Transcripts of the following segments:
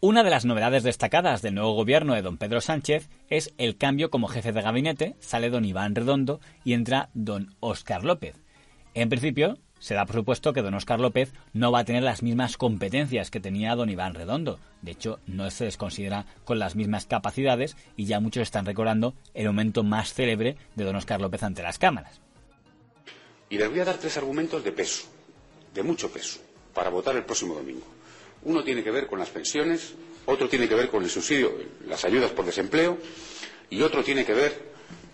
Una de las novedades destacadas del nuevo gobierno de don Pedro Sánchez es el cambio como jefe de gabinete. Sale don Iván Redondo y entra don Óscar López. En principio, se da por supuesto que don Óscar López no va a tener las mismas competencias que tenía don Iván Redondo. De hecho, no se les considera con las mismas capacidades y ya muchos están recordando el momento más célebre de don Óscar López ante las cámaras. Y les voy a dar 3 argumentos de peso, de mucho peso, para votar el próximo domingo. Uno tiene que ver con las pensiones, otro tiene que ver con el subsidio, las ayudas por desempleo, y otro tiene que ver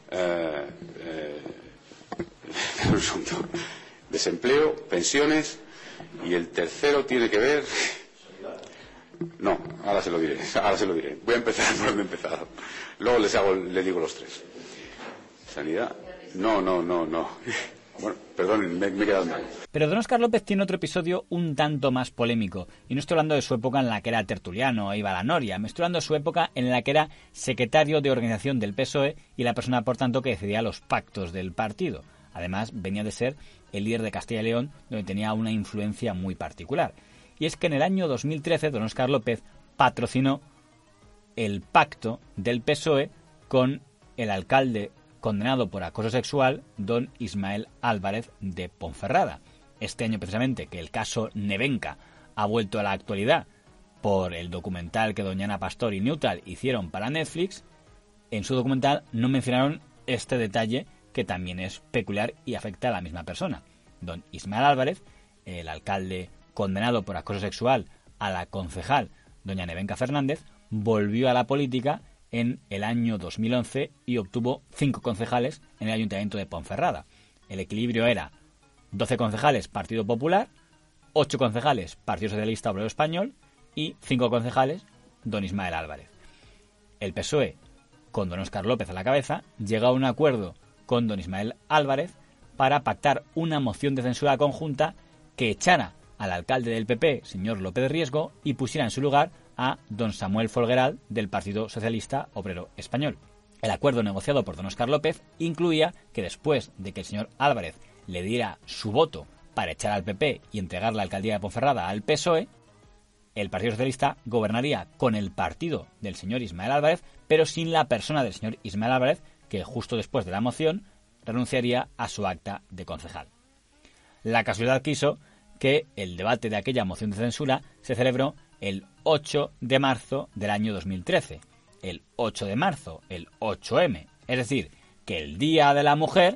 desempleo, pensiones, y el tercero tiene que ver... No, ahora se lo diré. Voy a empezar por donde he empezado. Luego les digo los 3. Sanidad. No. Bueno, perdón, me he quedado mal. Pero don Óscar López tiene otro episodio un tanto más polémico. Y no estoy hablando de su época en la que era tertuliano o iba a la noria. Me estoy hablando de su época en la que era secretario de organización del PSOE y la persona, por tanto, que decidía los pactos del partido. Además, venía de ser el líder de Castilla y León, donde tenía una influencia muy particular. Y es que en el año 2013, don Óscar López patrocinó el pacto del PSOE con el alcalde condenado por acoso sexual, don Ismael Álvarez de Ponferrada. Este año, precisamente, que el caso Nevenka ha vuelto a la actualidad por el documental que doña Ana Pastor y Neutral hicieron para Netflix, en su documental no mencionaron este detalle que también es peculiar y afecta a la misma persona. Don Ismael Álvarez, el alcalde condenado por acoso sexual a la concejal doña Nevenka Fernández, volvió a la política en el año 2011 y obtuvo 5 concejales en el Ayuntamiento de Ponferrada. El equilibrio era 12 concejales Partido Popular, 8 concejales Partido Socialista Obrero Español y 5 concejales don Ismael Álvarez. El PSOE, con don Óscar López a la cabeza, llegó a un acuerdo con don Ismael Álvarez para pactar una moción de censura conjunta que echara al alcalde del PP, señor López Riesgo, y pusiera en su lugar a don Samuel Folgueral del Partido Socialista Obrero Español. El acuerdo negociado por don Óscar López incluía que después de que el señor Álvarez le diera su voto para echar al PP y entregar la alcaldía de Ponferrada al PSOE, el Partido Socialista gobernaría con el partido del señor Ismael Álvarez, pero sin la persona del señor Ismael Álvarez, que justo después de la moción renunciaría a su acta de concejal. La casualidad quiso que el debate de aquella moción de censura se celebró el 8 de marzo del año 2013. El 8 de marzo, el 8M. Es decir, que el Día de la Mujer,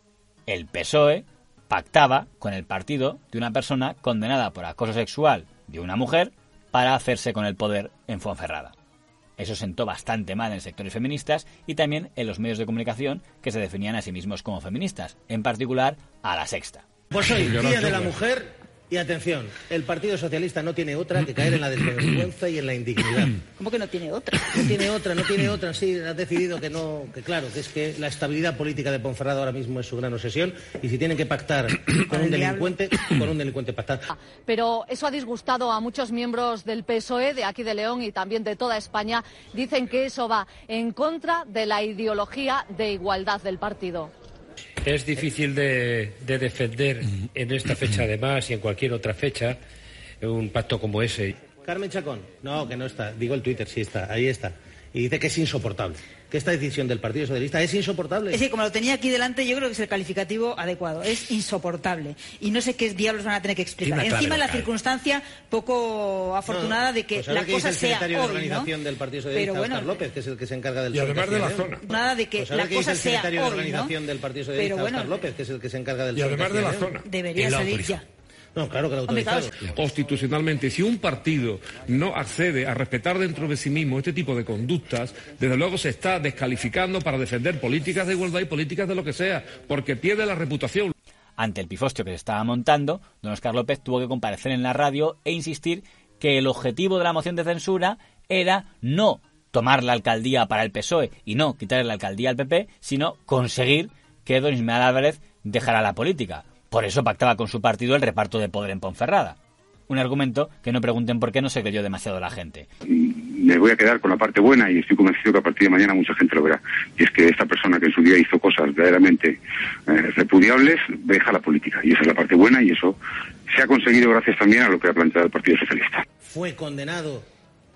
el PSOE pactaba con el partido de una persona condenada por acoso sexual de una mujer para hacerse con el poder en Ponferrada. Eso sentó bastante mal en sectores feministas y también en los medios de comunicación que se definían a sí mismos como feministas, en particular a La Sexta. Pues hoy, Día de la Mujer, y atención, el Partido Socialista no tiene otra que caer en la desvergüenza y en la indignidad. ¿Cómo que no tiene otra? No tiene otra, sí, ha decidido que no, que claro, que es que la estabilidad política de Ponferrada ahora mismo es su gran obsesión, y si tienen que pactar con un delincuente pactar. Pero eso ha disgustado a muchos miembros del PSOE, de aquí de León y también de toda España. Dicen que eso va en contra de la ideología de igualdad del partido. Es difícil de defender en esta fecha además y en cualquier otra fecha un pacto como ese. Carmen Chacón, no, que no está, digo el Twitter, sí está, ahí está. Y dice que es insoportable, que esta decisión del Partido Socialista es insoportable. Es decir, como lo tenía aquí delante, yo creo que es el calificativo adecuado. Es insoportable. Y no sé qué diablos van a tener que explicar. Encima la circunstancia poco afortunada de que pues la cosa sea hoy, ¿no? El secretario de organización del Partido Socialista, pero bueno, Óscar López, que es el que se encarga del... Y además de la zona. Nada de que la cosa sea hoy, el secretario de organización del Partido Socialista, Óscar López, que es el que se encarga del... Y además de la zona. Debería salir ya. No, claro que lo autorizado. Constitucionalmente, si un partido no accede a respetar dentro de sí mismo este tipo de conductas, desde luego se está descalificando para defender políticas de igualdad y políticas de lo que sea, porque pierde la reputación. Ante el pifostio que se estaba montando, don Óscar López tuvo que comparecer en la radio e insistir que el objetivo de la moción de censura era no tomar la alcaldía para el PSOE y no quitarle la alcaldía al PP, sino conseguir que don Ismael Álvarez dejara la política. Por eso pactaba con su partido el reparto de poder en Ponferrada. Un argumento que no pregunten por qué no se creyó demasiado la gente. Me voy a quedar con la parte buena y estoy convencido que a partir de mañana mucha gente lo verá. Y es que esta persona que en su día hizo cosas verdaderamente repudiables, deja la política. Y esa es la parte buena y eso se ha conseguido gracias también a lo que ha planteado el Partido Socialista. Fue condenado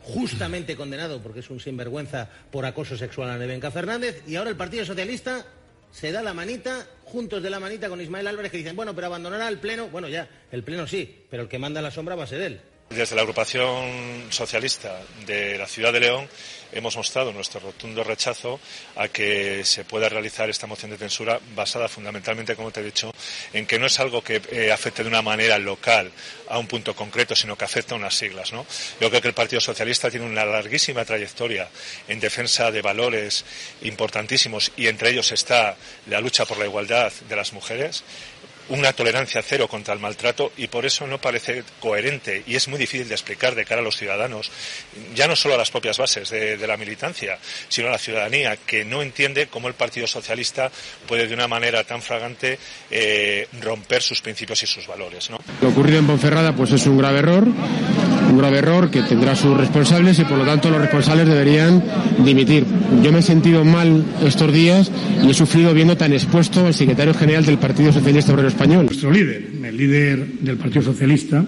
justamente condenado porque es un sinvergüenza por acoso sexual a Nevenka Fernández, y ahora el Partido Socialista se da la manita, juntos de la manita con Ismael Álvarez, que dicen, bueno, pero abandonará el Pleno. Bueno, ya, el Pleno sí, pero el que manda la sombra va a ser él. Desde la agrupación socialista de la ciudad de León hemos mostrado nuestro rotundo rechazo a que se pueda realizar esta moción de censura basada fundamentalmente, como te he dicho, en que no es algo que afecte de una manera local a un punto concreto, sino que afecta a unas siglas, ¿no? Yo creo que el Partido Socialista tiene una larguísima trayectoria en defensa de valores importantísimos, y entre ellos está la lucha por la igualdad de las mujeres, una tolerancia cero contra el maltrato, y por eso no parece coherente y es muy difícil de explicar de cara a los ciudadanos, ya no solo a las propias bases de la militancia, sino a la ciudadanía, que no entiende cómo el Partido Socialista puede de una manera tan flagrante romper sus principios y sus valores, ¿no? Lo ocurrido en Ponferrada pues es un grave error que tendrá sus responsables, y por lo tanto los responsables deberían dimitir. Yo me he sentido mal estos días y he sufrido viendo tan expuesto al secretario general del Partido Socialista Obrero Español. Nuestro líder, el líder del Partido Socialista,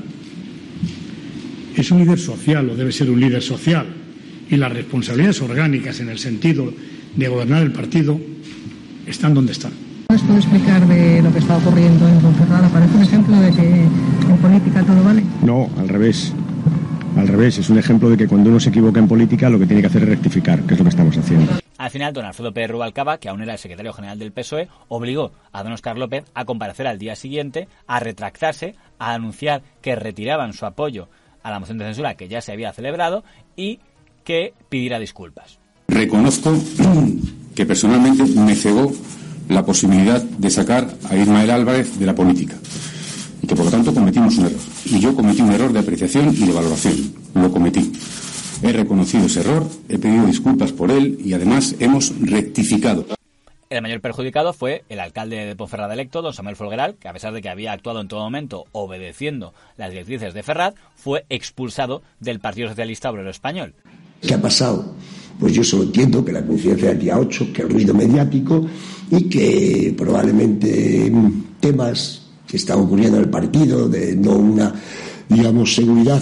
es un líder social, o debe ser un líder social, y las responsabilidades orgánicas en el sentido de gobernar el partido están donde están. ¿Nos puede explicar de lo que está ocurriendo en Ponferrada? ¿Parece un ejemplo de que en política todo vale? No, al revés. Al revés, es un ejemplo de que cuando uno se equivoca en política lo que tiene que hacer es rectificar, que es lo que estamos haciendo. Al final, don Alfredo Pérez Rubalcaba, que aún era el secretario general del PSOE, obligó a don Óscar López a comparecer al día siguiente, a retractarse, a anunciar que retiraban su apoyo a la moción de censura que ya se había celebrado y que pidiera disculpas. Reconozco que personalmente me cegó la posibilidad de sacar a Ismael Álvarez de la política, y que por lo tanto cometimos un error. Y yo cometí un error de apreciación y de valoración. Lo cometí. He reconocido ese error, he pedido disculpas por él y además hemos rectificado. El mayor perjudicado fue el alcalde de Ponferrada electo, don Samuel Folgueral, que a pesar de que había actuado en todo momento obedeciendo las directrices de Ferraz, fue expulsado del Partido Socialista Obrero Español. ¿Qué ha pasado? Pues yo solo entiendo que la coincidencia del día 8, que el ruido mediático y que probablemente temas que están ocurriendo en el partido, de no una, digamos, seguridad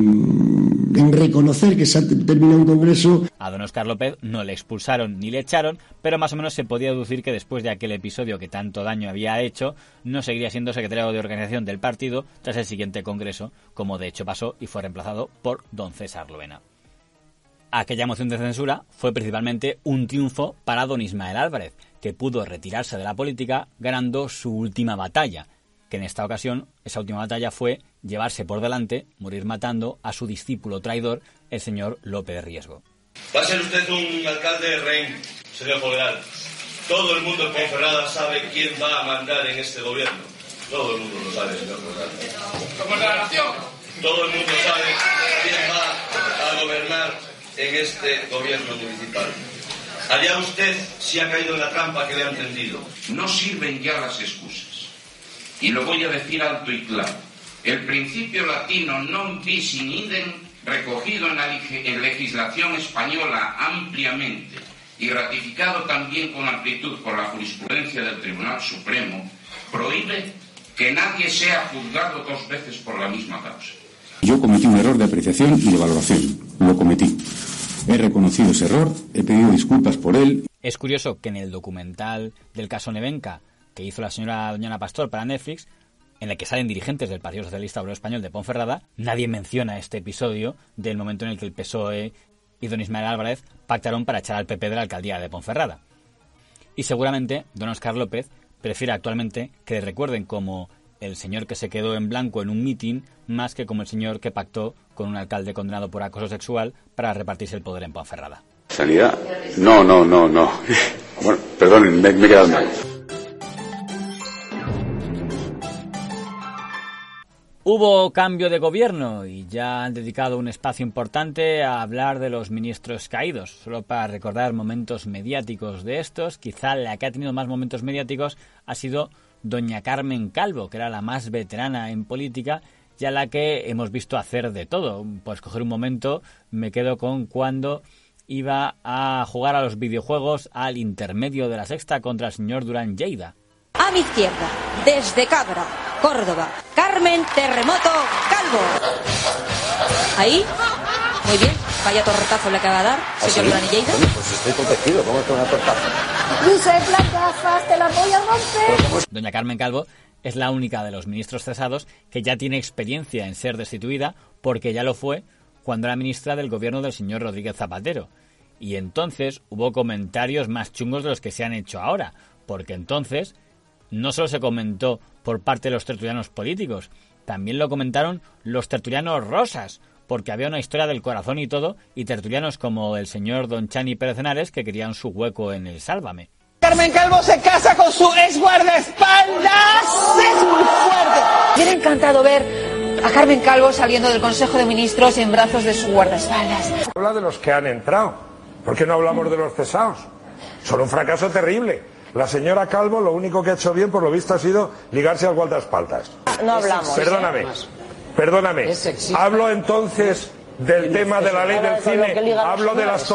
en reconocer que se ha terminado un congreso. A don Óscar López no le expulsaron ni le echaron, pero más o menos se podía deducir que después de aquel episodio que tanto daño había hecho, no seguiría siendo secretario de organización del partido tras el siguiente congreso, como de hecho pasó y fue reemplazado por don César Loena. Aquella moción de censura fue principalmente un triunfo para don Ismael Álvarez, que pudo retirarse de la política ganando su última batalla, que en esta ocasión, esa última batalla fue llevarse por delante, morir matando a su discípulo traidor, el señor López Riesgo. Va a ser usted un alcalde de rehén, señor Folgueral. Todo el mundo en Ponferrada sabe quién va a mandar en este gobierno. Todo el mundo lo sabe, señor Folgueral. ¿Como la nación? Todo el mundo sabe quién va a gobernar en este gobierno municipal. Allá usted sí ha caído en la trampa que le han tendido. No sirven ya las excusas. Y lo voy a decir alto y claro. El principio latino non bis in idem, recogido en la legislación española ampliamente y ratificado también con amplitud por la jurisprudencia del Tribunal Supremo, prohíbe que nadie sea juzgado dos veces por la misma causa. Yo cometí un error de apreciación y de valoración. Lo cometí. He reconocido ese error, he pedido disculpas por él. Es curioso que en el documental del caso Nevenka que hizo la señora doña Ana Pastor para Netflix, en el que salen dirigentes del Partido Socialista Obrero Español de Ponferrada, nadie menciona este episodio del momento en el que el PSOE y don Ismael Álvarez pactaron para echar al PP de la alcaldía de Ponferrada. Y seguramente don Óscar López prefiere actualmente que le recuerden como el señor que se quedó en blanco en un mitin más que como el señor que pactó con un alcalde condenado por acoso sexual para repartirse el poder en Ponferrada. ¿Sanidad? No. Bueno, perdonen, me he quedado mal. Hubo cambio de gobierno y ya han dedicado un espacio importante a hablar de los ministros caídos. Solo para recordar momentos mediáticos de estos, quizá la que ha tenido más momentos mediáticos ha sido doña Carmen Calvo, que era la más veterana en política y a la que hemos visto hacer de todo. Por escoger un momento, me quedo con cuando iba a jugar a los videojuegos al intermedio de la sexta contra el señor Durán Lleida. A mi izquierda, desde Cabra, Córdoba, Carmen Terremoto Calvo. Ahí, muy bien. Vaya tortazo le acaba de dar, señor Duran y Lleida. Pues estoy convencido, ¿cómo es que una tortazo? Josep, las gafas, te las voy a romper. Doña Carmen Calvo es la única de los ministros cesados que ya tiene experiencia en ser destituida, porque ya lo fue cuando era ministra del gobierno del señor Rodríguez Zapatero. Y entonces hubo comentarios más chungos de los que se han hecho ahora, porque entonces no solo se comentó por parte de los tertulianos políticos, también lo comentaron los tertulianos rosas, porque había una historia del corazón y todo, y tertulianos como el señor Don Chani Pérez Henares que querían su hueco en el Sálvame. Carmen Calvo se casa con su ex guardaespaldas. Es muy fuerte. Me hubiera encantado ver a Carmen Calvo saliendo del Consejo de Ministros en brazos de su guardaespaldas. Habla de los que han entrado. ¿Por qué no hablamos de los cesados? Son un fracaso terrible. La señora Calvo lo único que ha hecho bien, por lo visto, ha sido ligarse al guardaespaldas. No hablamos. Perdóname. Hablo entonces del tema de la ley del cine, hablo de las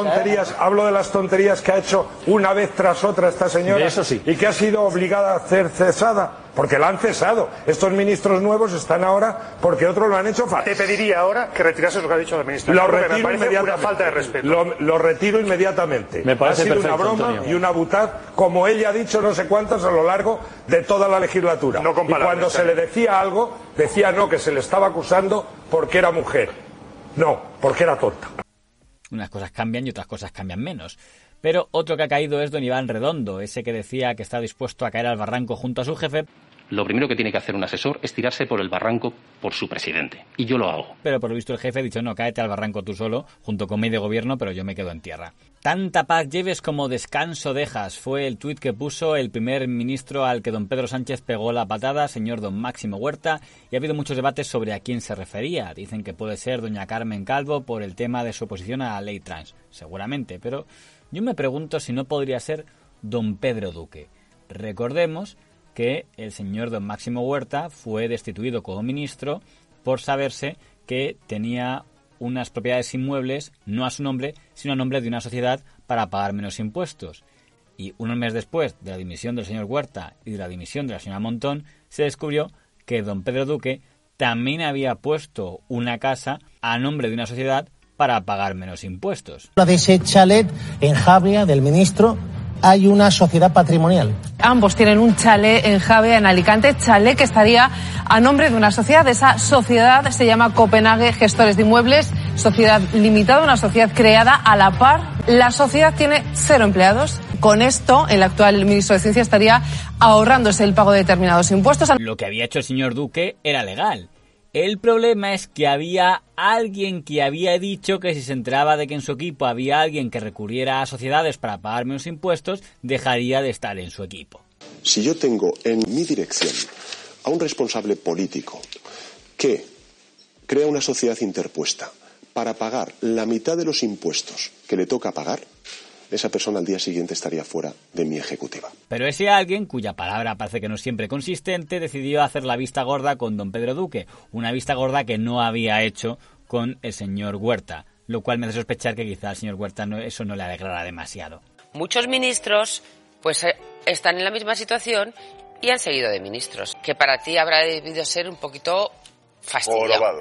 tonterías que ha hecho una vez tras otra esta señora, eso sí, y que ha sido obligada a ser cesada, porque la han cesado. Estos ministros nuevos están ahora porque otros lo han hecho fácil. Te pediría ahora que retirases lo que ha dicho la ministra. Lo retiro me parece inmediatamente. una falta de respeto. Lo retiro inmediatamente. Me parece ha sido perfecto, una broma, Antonio. y una butad, como ella ha dicho no sé cuántas a lo largo de toda la legislatura. No con y cuando palabras, se le decía algo, decía no, que se le estaba acusando porque era mujer. No, porque era tonta. Unas cosas cambian y otras cosas cambian menos. Pero otro que ha caído es don Iván Redondo, ese que decía que está dispuesto a caer al barranco junto a su jefe. Lo primero que tiene que hacer un asesor es tirarse por el barranco por su presidente. Y yo lo hago. Pero por lo visto el jefe ha dicho, no, cáete al barranco tú solo, junto con mi de gobierno, pero yo me quedo en tierra. Tanta paz lleves como descanso dejas, fue el tuit que puso el primer ministro al que don Pedro Sánchez pegó la patada, señor don Máximo Huerta, y ha habido muchos debates sobre a quién se refería. Dicen que puede ser doña Carmen Calvo por el tema de su oposición a la ley trans, seguramente, pero yo me pregunto si no podría ser don Pedro Duque. Recordemos que el señor don Máximo Huerta fue destituido como ministro por saberse que tenía unas propiedades inmuebles no a su nombre, sino a nombre de una sociedad para pagar menos impuestos. Y unos meses después de la dimisión del señor Huerta y de la dimisión de la señora Montón, se descubrió que don Pedro Duque también había puesto una casa a nombre de una sociedad para pagar menos impuestos. De ese chalet en Javea del ministro hay una sociedad patrimonial. Ambos tienen un chalet en Javea, en Alicante, chalet que estaría a nombre de una sociedad. Esa sociedad se llama Copenhague Gestores de Inmuebles, sociedad limitada, una sociedad creada a la par. La sociedad tiene 0 empleados. Con esto, el actual ministro de Ciencia estaría ahorrándose el pago de determinados impuestos. Lo que había hecho el señor Duque era legal. El problema es que había alguien que había dicho que si se enteraba de que en su equipo había alguien que recurriera a sociedades para pagar menos impuestos, dejaría de estar en su equipo. Si yo tengo en mi dirección a un responsable político que crea una sociedad interpuesta para pagar la mitad de los impuestos que le toca pagar, esa persona al día siguiente estaría fuera de mi ejecutiva. Pero ese alguien, cuya palabra parece que no es siempre consistente, decidió hacer la vista gorda con don Pedro Duque, una vista gorda que no había hecho con el señor Huerta, lo cual me hace sospechar que quizá al señor Huerta eso no le alegrará demasiado. Muchos ministros pues están en la misma situación y han seguido de ministros, que para ti habrá debido ser un poquito fastidiado. Jorobado.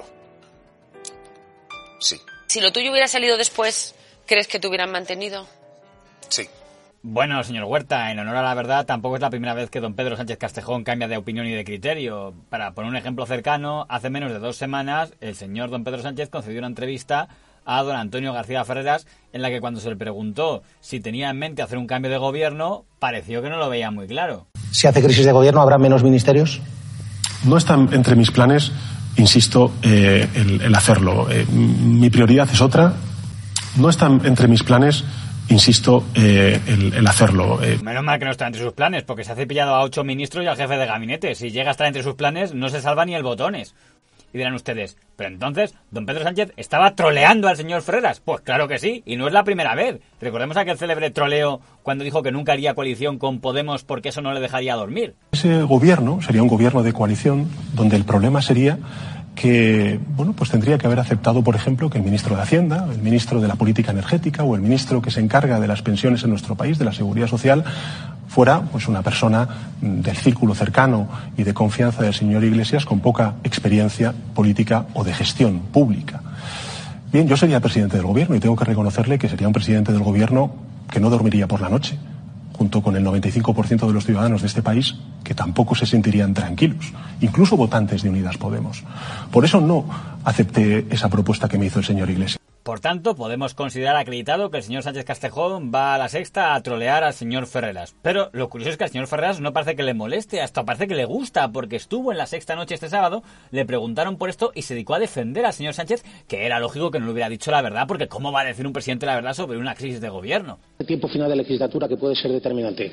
Sí. Si lo tuyo hubiera salido después, ¿crees que te hubieran mantenido? Sí. Bueno, señor Huerta, en honor a la verdad, tampoco es la primera vez que don Pedro Sánchez Castejón cambia de opinión y de criterio. Para poner un ejemplo cercano, hace menos de 2 semanas, el señor don Pedro Sánchez concedió una entrevista a don Antonio García Ferreras, en la que cuando se le preguntó si tenía en mente hacer un cambio de gobierno, pareció que no lo veía muy claro. Si hace crisis de gobierno, ¿habrá menos ministerios? No está entre mis planes, insisto, el hacerlo. Mi prioridad es otra. No está entre mis planes, insisto, el hacerlo. Menos mal que no está entre sus planes, porque se ha cepillado a 8 ministros y al jefe de gabinete. Si llega a estar entre sus planes, no se salva ni el botones. Y dirán ustedes, pero entonces, don Pedro Sánchez estaba troleando al señor Ferreras. Pues claro que sí, y no es la primera vez. Recordemos aquel célebre troleo cuando dijo que nunca haría coalición con Podemos porque eso no le dejaría dormir. Ese gobierno sería un gobierno de coalición donde el problema sería que, bueno, pues tendría que haber aceptado, por ejemplo, que el ministro de Hacienda, el ministro de la Política Energética o el ministro que se encarga de las pensiones en nuestro país, de la Seguridad Social, fuera pues una persona del círculo cercano y de confianza del señor Iglesias con poca experiencia política o de gestión pública. Bien, yo sería presidente del gobierno y tengo que reconocerle que sería un presidente del gobierno que no dormiría por la noche, junto con el 95% de los ciudadanos de este país que tampoco se sentirían tranquilos, incluso votantes de Unidas Podemos. Por eso no acepté esa propuesta que me hizo el señor Iglesias. Por tanto, podemos considerar acreditado que el señor Sánchez Castejón va a La Sexta a trolear al señor Ferreras. Pero lo curioso es que al señor Ferreras no parece que le moleste, hasta parece que le gusta, porque estuvo en La Sexta Noche este sábado, le preguntaron por esto y se dedicó a defender al señor Sánchez, que era lógico que no le hubiera dicho la verdad, porque ¿cómo va a decir un presidente la verdad sobre una crisis de gobierno? El tiempo final de legislatura que puede ser determinante.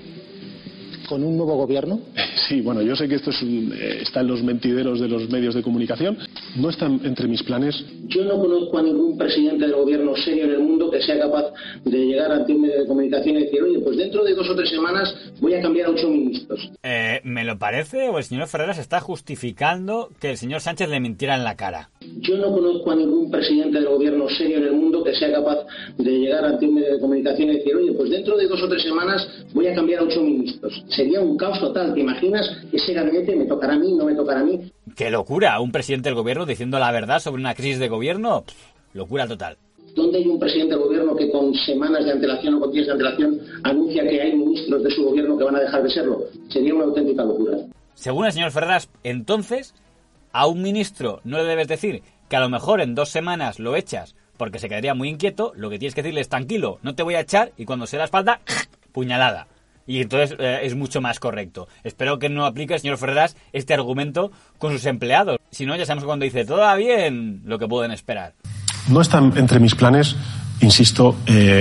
¿Con un nuevo gobierno? Sí, bueno, yo sé que esto está en los mentideros de los medios de comunicación. No está entre mis planes. Yo no conozco a ningún presidente del gobierno serio en el mundo que sea capaz de llegar ante un medio de comunicación y decir, oye, pues dentro de 2 o 3 semanas voy a cambiar a 8 ministros. ¿Me lo parece o el señor Ferreras está justificando que el señor Sánchez le mintiera en la cara? Yo no conozco a ningún presidente del gobierno serio en el mundo que sea capaz de llegar ante un medio de comunicación y decir, oye, pues dentro de 2 o 3 semanas voy a cambiar a 8 ministros. Sería un caos total. ¿Te imaginas? Ese gabinete me tocará a mí, no me tocará a mí. ¡Qué locura! Un presidente del gobierno diciendo la verdad sobre una crisis de gobierno. Locura total. ¿Dónde hay un presidente del gobierno que con semanas de antelación o con días de antelación anuncia que hay ministros de su gobierno que van a dejar de serlo? Sería una auténtica locura. Según el señor Ferreras, entonces, a un ministro no le debes decir que a lo mejor en 2 semanas lo echas porque se quedaría muy inquieto. Lo que tienes que decirle es tranquilo, no te voy a echar, y cuando se da la espalda, puñalada. Y entonces es mucho más correcto. Espero que no aplique el señor Ferreras este argumento con sus empleados. Si no, ya sabemos cuando dice todo va bien, lo que pueden esperar. No está entre mis planes, insisto,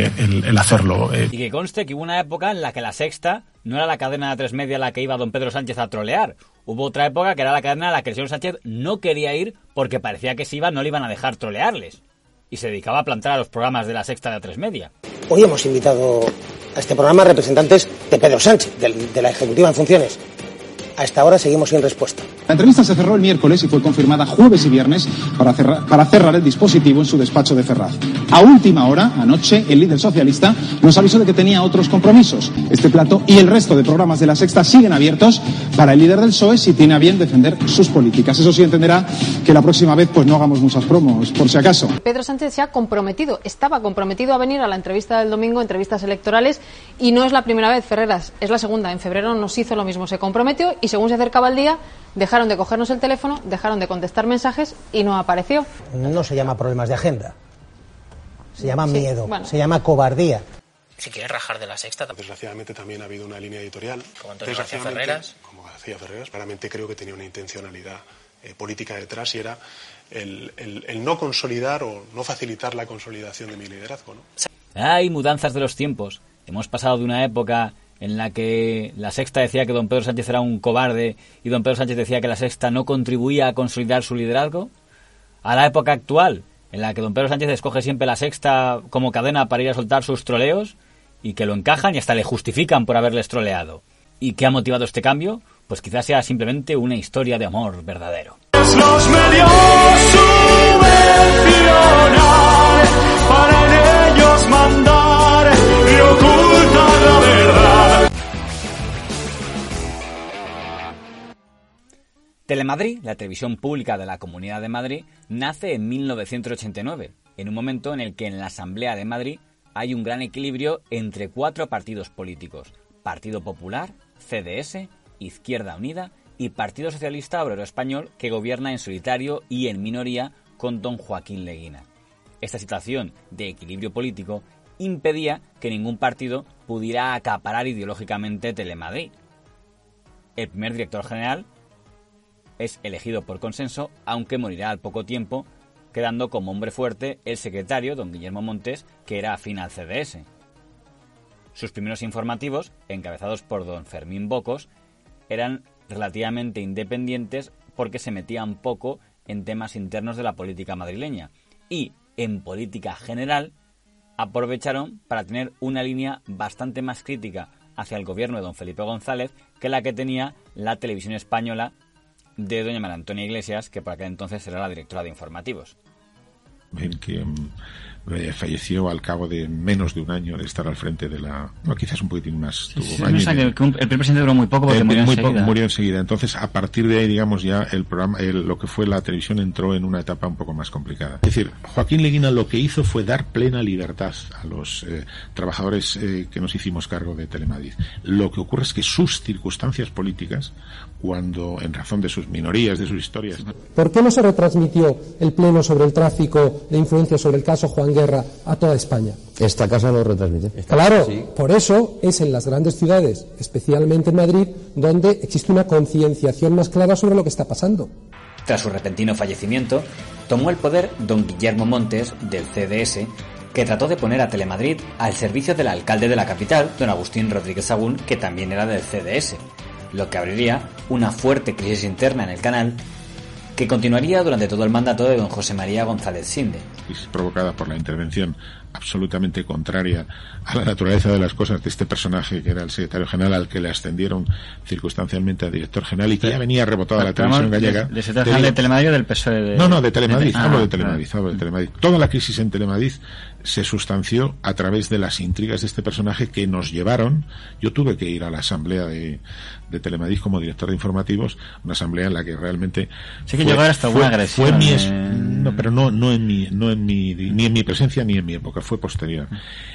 el hacerlo. Y que conste que hubo una época en la que La Sexta no era la cadena de 3 Media a la que iba don Pedro Sánchez a trolear. Hubo otra época que era la cadena a la que el señor Sánchez no quería ir porque parecía que si iba no le iban a dejar trolearles. Y se dedicaba a plantar a los programas de La Sexta de 3 Media. Hoy hemos invitado a este programa representantes de Pedro Sánchez, de la Ejecutiva en funciones. A esta hora seguimos sin respuesta. La entrevista se cerró el miércoles y fue confirmada jueves y viernes para cerrar el dispositivo en su despacho de Ferraz. A última hora, anoche, el líder socialista nos avisó de que tenía otros compromisos. Este plato y el resto de programas de La Sexta siguen abiertos para el líder del PSOE si tiene a bien defender sus políticas. Eso sí, entenderá que la próxima vez pues no hagamos muchas promos, por si acaso. Pedro Sánchez se ha comprometido, estaba comprometido a venir a la entrevista del domingo, entrevistas electorales, y no es la primera vez, Ferreras, es la segunda. En febrero nos hizo lo mismo, se comprometió y según se acercaba el día, dejaron de cogernos el teléfono, dejaron de contestar mensajes y no apareció. No se llama problemas de agenda, se llama miedo, se llama cobardía. Si quieres rajar de La Sexta. Desgraciadamente también ha habido una línea editorial. Como Antonio García Ferreras. Como García Ferreras. Claramente creo que tenía una intencionalidad política detrás y era el no consolidar o no facilitar la consolidación de mi liderazgo, ¿no? Hay mudanzas de los tiempos. Hemos pasado de una época en la que La Sexta decía que don Pedro Sánchez era un cobarde y don Pedro Sánchez decía que La Sexta no contribuía a consolidar su liderazgo, a la época actual, en la que don Pedro Sánchez escoge siempre La Sexta como cadena para ir a soltar sus troleos y que lo encajan y hasta le justifican por haberles troleado. ¿Y qué ha motivado este cambio? Pues quizás sea simplemente una historia de amor verdadero. Los medios subvencionar, para en ellos mandar y ocultar la verdad. Telemadrid, la televisión pública de la Comunidad de Madrid, nace en 1989, en un momento en el que en la Asamblea de Madrid hay un gran equilibrio entre 4 partidos políticos: Partido Popular, CDS, Izquierda Unida y Partido Socialista Obrero Español, que gobierna en solitario y en minoría con don Joaquín Leguina. Esta situación de equilibrio político impedía que ningún partido pudiera acaparar ideológicamente Telemadrid. El primer director general es elegido por consenso, aunque morirá al poco tiempo, quedando como hombre fuerte el secretario, don Guillermo Montes, que era afín al CDS. Sus primeros informativos, encabezados por don Fermín Bocos, eran relativamente independientes porque se metían poco en temas internos de la política madrileña y, en política general, aprovecharon para tener una línea bastante más crítica hacia el gobierno de don Felipe González que la que tenía la televisión española de doña María Antonia Iglesias, que por aquel entonces era la directora de informativos. en que falleció al cabo de menos de un año de estar al frente de la... No, quizás un poquitín más. Sí, el primer presidente duró muy poco porque murió enseguida. Entonces, a partir de ahí, digamos, ya el programa, lo que fue la televisión entró en una etapa un poco más complicada. Es decir, Joaquín Leguina lo que hizo fue dar plena libertad a los trabajadores que nos hicimos cargo de Telemadrid. Lo que ocurre es que sus circunstancias políticas, cuando, en razón de sus minorías, de sus historias... ¿Por qué no se retransmitió el pleno sobre el tráfico de influencia sobre el caso Juan Guerra a toda España? Esta casa lo retransmite. Claro, sí. Por eso es en las grandes ciudades, especialmente en Madrid, donde existe una concienciación más clara sobre lo que está pasando. Tras su repentino fallecimiento, tomó el poder don Guillermo Montes, del CDS, que trató de poner a Telemadrid al servicio del alcalde de la capital, don Agustín Rodríguez Sagún, que también era del CDS, lo que abriría una fuerte crisis interna en el canal que continuaría durante todo el mandato de don José María González Sinde. Provocada por la intervención absolutamente contraria a la naturaleza de las cosas de este personaje que era el secretario general, al que le ascendieron circunstancialmente a director general y que ya venía rebotado a la televisión gallega. ¿De secretario general de Telemadrid o del PSOE? No, de Telemadrid, hablo de Telemadrid. Toda la crisis en Telemadrid se sustanció a través de las intrigas de este personaje que nos llevaron. Yo tuve que ir a la asamblea de Telemadrid como director de informativos, una asamblea en la que realmente sí que llegó hasta una agresión. No, pero no en mi ni en mi presencia ni en mi época, fue posterior.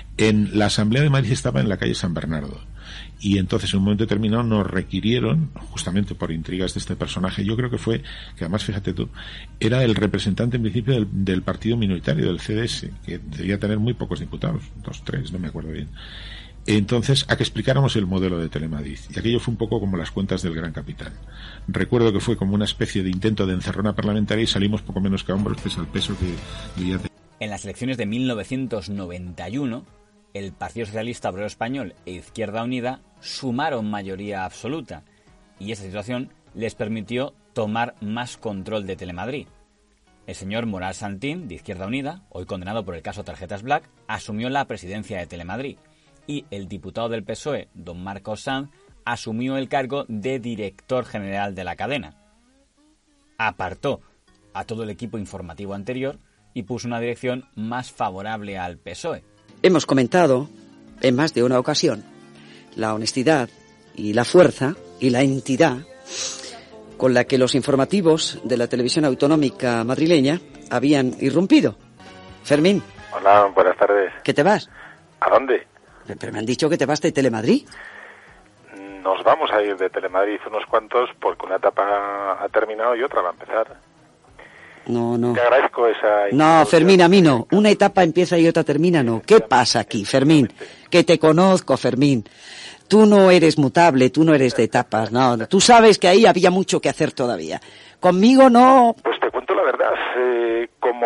En la asamblea de Madrid estaba en la calle San Bernardo. Y entonces en un momento determinado nos requirieron, justamente por intrigas de este personaje, yo creo que fue, que además fíjate tú, era el representante en principio del partido minoritario, del CDS, que debía tener muy pocos diputados, 2, 3, no me acuerdo bien. Entonces, a que explicáramos el modelo de Telemadrid. Y aquello fue un poco como las cuentas del Gran Capitán. Recuerdo que fue como una especie de intento de encerrona parlamentaria y salimos poco menos que a hombros, pese al peso que ya tenía. En las elecciones de 1991, el Partido Socialista Obrero Español e Izquierda Unida sumaron mayoría absoluta, y esa situación les permitió tomar más control de Telemadrid. El señor Moral Santín, de Izquierda Unida, hoy condenado por el caso Tarjetas Black, asumió la presidencia de Telemadrid, y el diputado del PSOE, don Marcos Sanz, asumió el cargo de director general de la cadena. Apartó a todo el equipo informativo anterior y puso una dirección más favorable al PSOE. Hemos comentado en más de una ocasión la honestidad y la fuerza y la entidad con la que los informativos de la televisión autonómica madrileña habían irrumpido. Fermín. Hola, buenas tardes. ¿Qué te vas? ¿A dónde? Pero me han dicho que te vas de Telemadrid. Nos vamos a ir de Telemadrid unos cuantos porque una etapa ha terminado y otra va a empezar. No. Te agradezco esa... No, Fermín, a mí no. Una etapa empieza y otra termina, no. ¿Qué pasa aquí, Fermín? Que te conozco, Fermín. Tú no eres mutable, tú no eres de etapas, no. Tú sabes que ahí había mucho que hacer todavía. Conmigo no... Pues te cuento la verdad. Como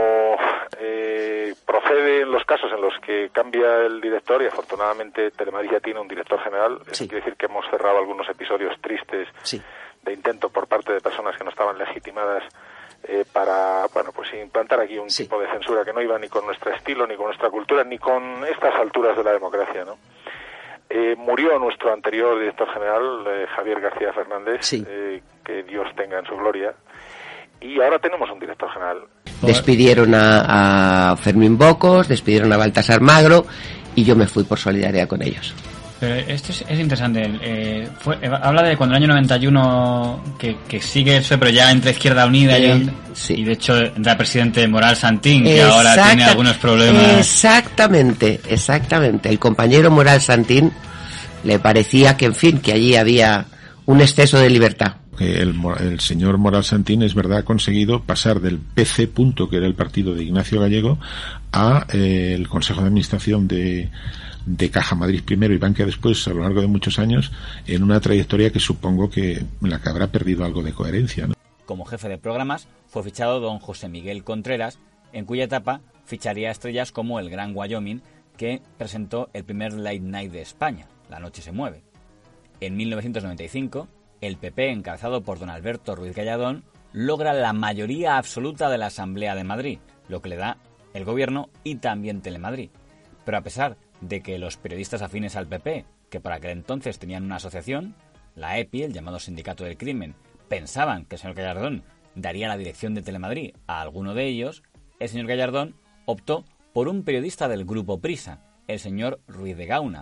procede en los casos en los que cambia el director, y afortunadamente Telemadrid ya tiene un director general, sí. Quiere decir que hemos cerrado algunos episodios tristes sí. de intento por parte de personas que no estaban legitimadas para, bueno, pues implantar aquí un tipo de censura que no iba ni con nuestro estilo, ni con nuestra cultura, ni con estas alturas de la democracia, ¿no? Murió nuestro anterior director general, Javier García Fernández, sí. Que Dios tenga en su gloria, y ahora tenemos un director general. Despidieron a Fermín Bocos, despidieron a Baltasar Magro, y yo me fui por solidaridad con ellos. Pero esto es interesante. Habla de cuando el año 91 que sigue eso, pero ya entre Izquierda Unida y de hecho entra el presidente Moral Santín, que ahora tiene algunos problemas. Exactamente. El compañero Moral Santín le parecía que, en fin, que allí había un exceso de libertad. El señor Moral Santín, es verdad, ha conseguido pasar del PC, que era el partido de Ignacio Gallego, a el Consejo de Administración de Caja Madrid primero y Bankia después, a lo largo de muchos años, en una trayectoria que supongo que en la que habrá perdido algo de coherencia, ¿no? Como jefe de programas fue fichado don José Miguel Contreras, en cuya etapa ficharía estrellas como el Gran Wyoming, que presentó el primer late night de España, La Noche se mueve. En 1995, el PP, encabezado por don Alberto Ruiz Gallardón, logra la mayoría absoluta de la Asamblea de Madrid, lo que le da el gobierno y también Telemadrid. Pero a pesar de que los periodistas afines al PP, que para aquel entonces tenían una asociación, la EPI, el llamado Sindicato del Crimen, pensaban que el señor Gallardón daría la dirección de Telemadrid a alguno de ellos, el señor Gallardón optó por un periodista del Grupo Prisa, el señor Ruiz de Gauna,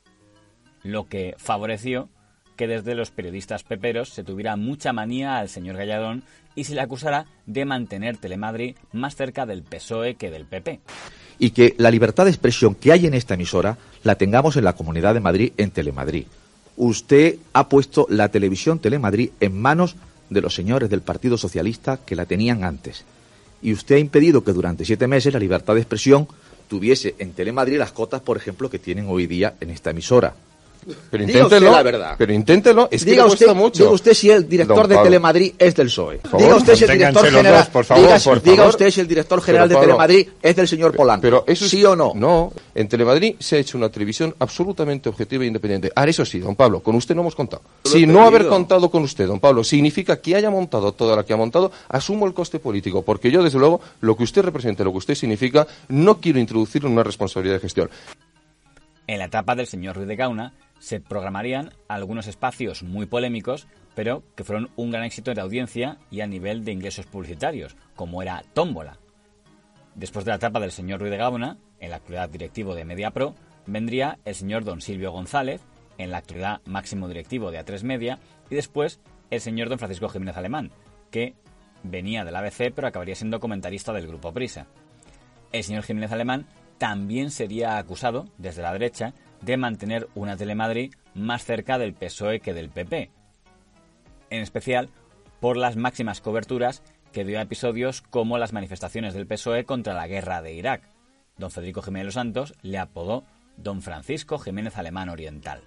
lo que favoreció que desde los periodistas peperos se tuviera mucha manía al señor Gallardón y se le acusara de mantener Telemadrid más cerca del PSOE que del PP. Y que la libertad de expresión que hay en esta emisora la tengamos en la Comunidad de Madrid, en Telemadrid. Usted ha puesto la televisión Telemadrid en manos de los señores del Partido Socialista que la tenían antes. Y usted ha impedido que durante 7 meses la libertad de expresión tuviese en Telemadrid las cotas, por ejemplo, que tienen hoy día en esta emisora. Pero inténtelo, la verdad. Pero inténtelo, es que diga le cuesta usted, mucho. Diga usted si el director de Telemadrid es del PSOE. Diga usted si el director general, diga usted si el director general de Telemadrid es del señor Polanco. Pero eso ¿sí o no? No, en Telemadrid se ha hecho una televisión absolutamente objetiva e independiente. Ahora, eso sí, don Pablo, con usted no hemos contado. Si no haber contado con usted, don Pablo, significa que haya montado toda la que ha montado, asumo el coste político, porque yo, desde luego, lo que usted representa, lo que usted significa, no quiero introducirlo en una responsabilidad de gestión. En la etapa del señor Ruiz de Gauna se programarían algunos espacios muy polémicos, pero que fueron un gran éxito de audiencia y a nivel de ingresos publicitarios, como era Tómbola. Después de la etapa del señor Ruiz de Gauna, en la actualidad directivo de Mediapro, vendría el señor don Silvio González, en la actualidad máximo directivo de A3 Media, y después el señor don Francisco Jiménez Alemán, que venía del ABC pero acabaría siendo comentarista del Grupo Prisa. El señor Jiménez Alemán también sería acusado, desde la derecha, de mantener una Telemadrid más cerca del PSOE que del PP, en especial por las máximas coberturas que dio a episodios como las manifestaciones del PSOE contra la guerra de Irak. Don Federico Jiménez Los Santos le apodó don Francisco Jiménez Alemán Oriental.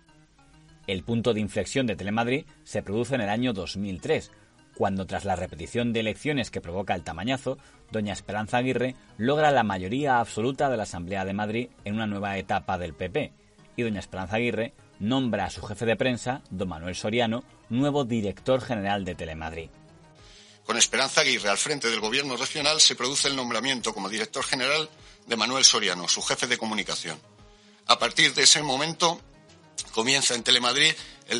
El punto de inflexión de Telemadrid se produce en el año 2003, cuando tras la repetición de elecciones que provoca el tamañazo, doña Esperanza Aguirre logra la mayoría absoluta de la Asamblea de Madrid en una nueva etapa del PP, y doña Esperanza Aguirre nombra a su jefe de prensa, don Manuel Soriano, nuevo director general de Telemadrid. Con Esperanza Aguirre al frente del gobierno regional se produce el nombramiento como director general de Manuel Soriano, su jefe de comunicación. A partir de ese momento comienza en Telemadrid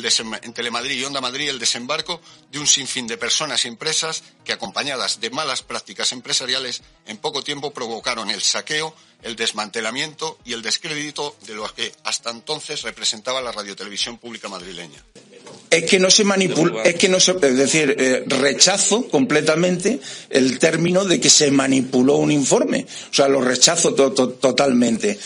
y Onda Madrid el desembarco de un sinfín de personas y empresas que, acompañadas de malas prácticas empresariales, en poco tiempo provocaron el saqueo, el desmantelamiento y el descrédito de lo que hasta entonces representaba la radiotelevisión pública madrileña. Es que no se manipula, rechazo completamente el término de que se manipuló un informe. O sea, lo rechazo totalmente.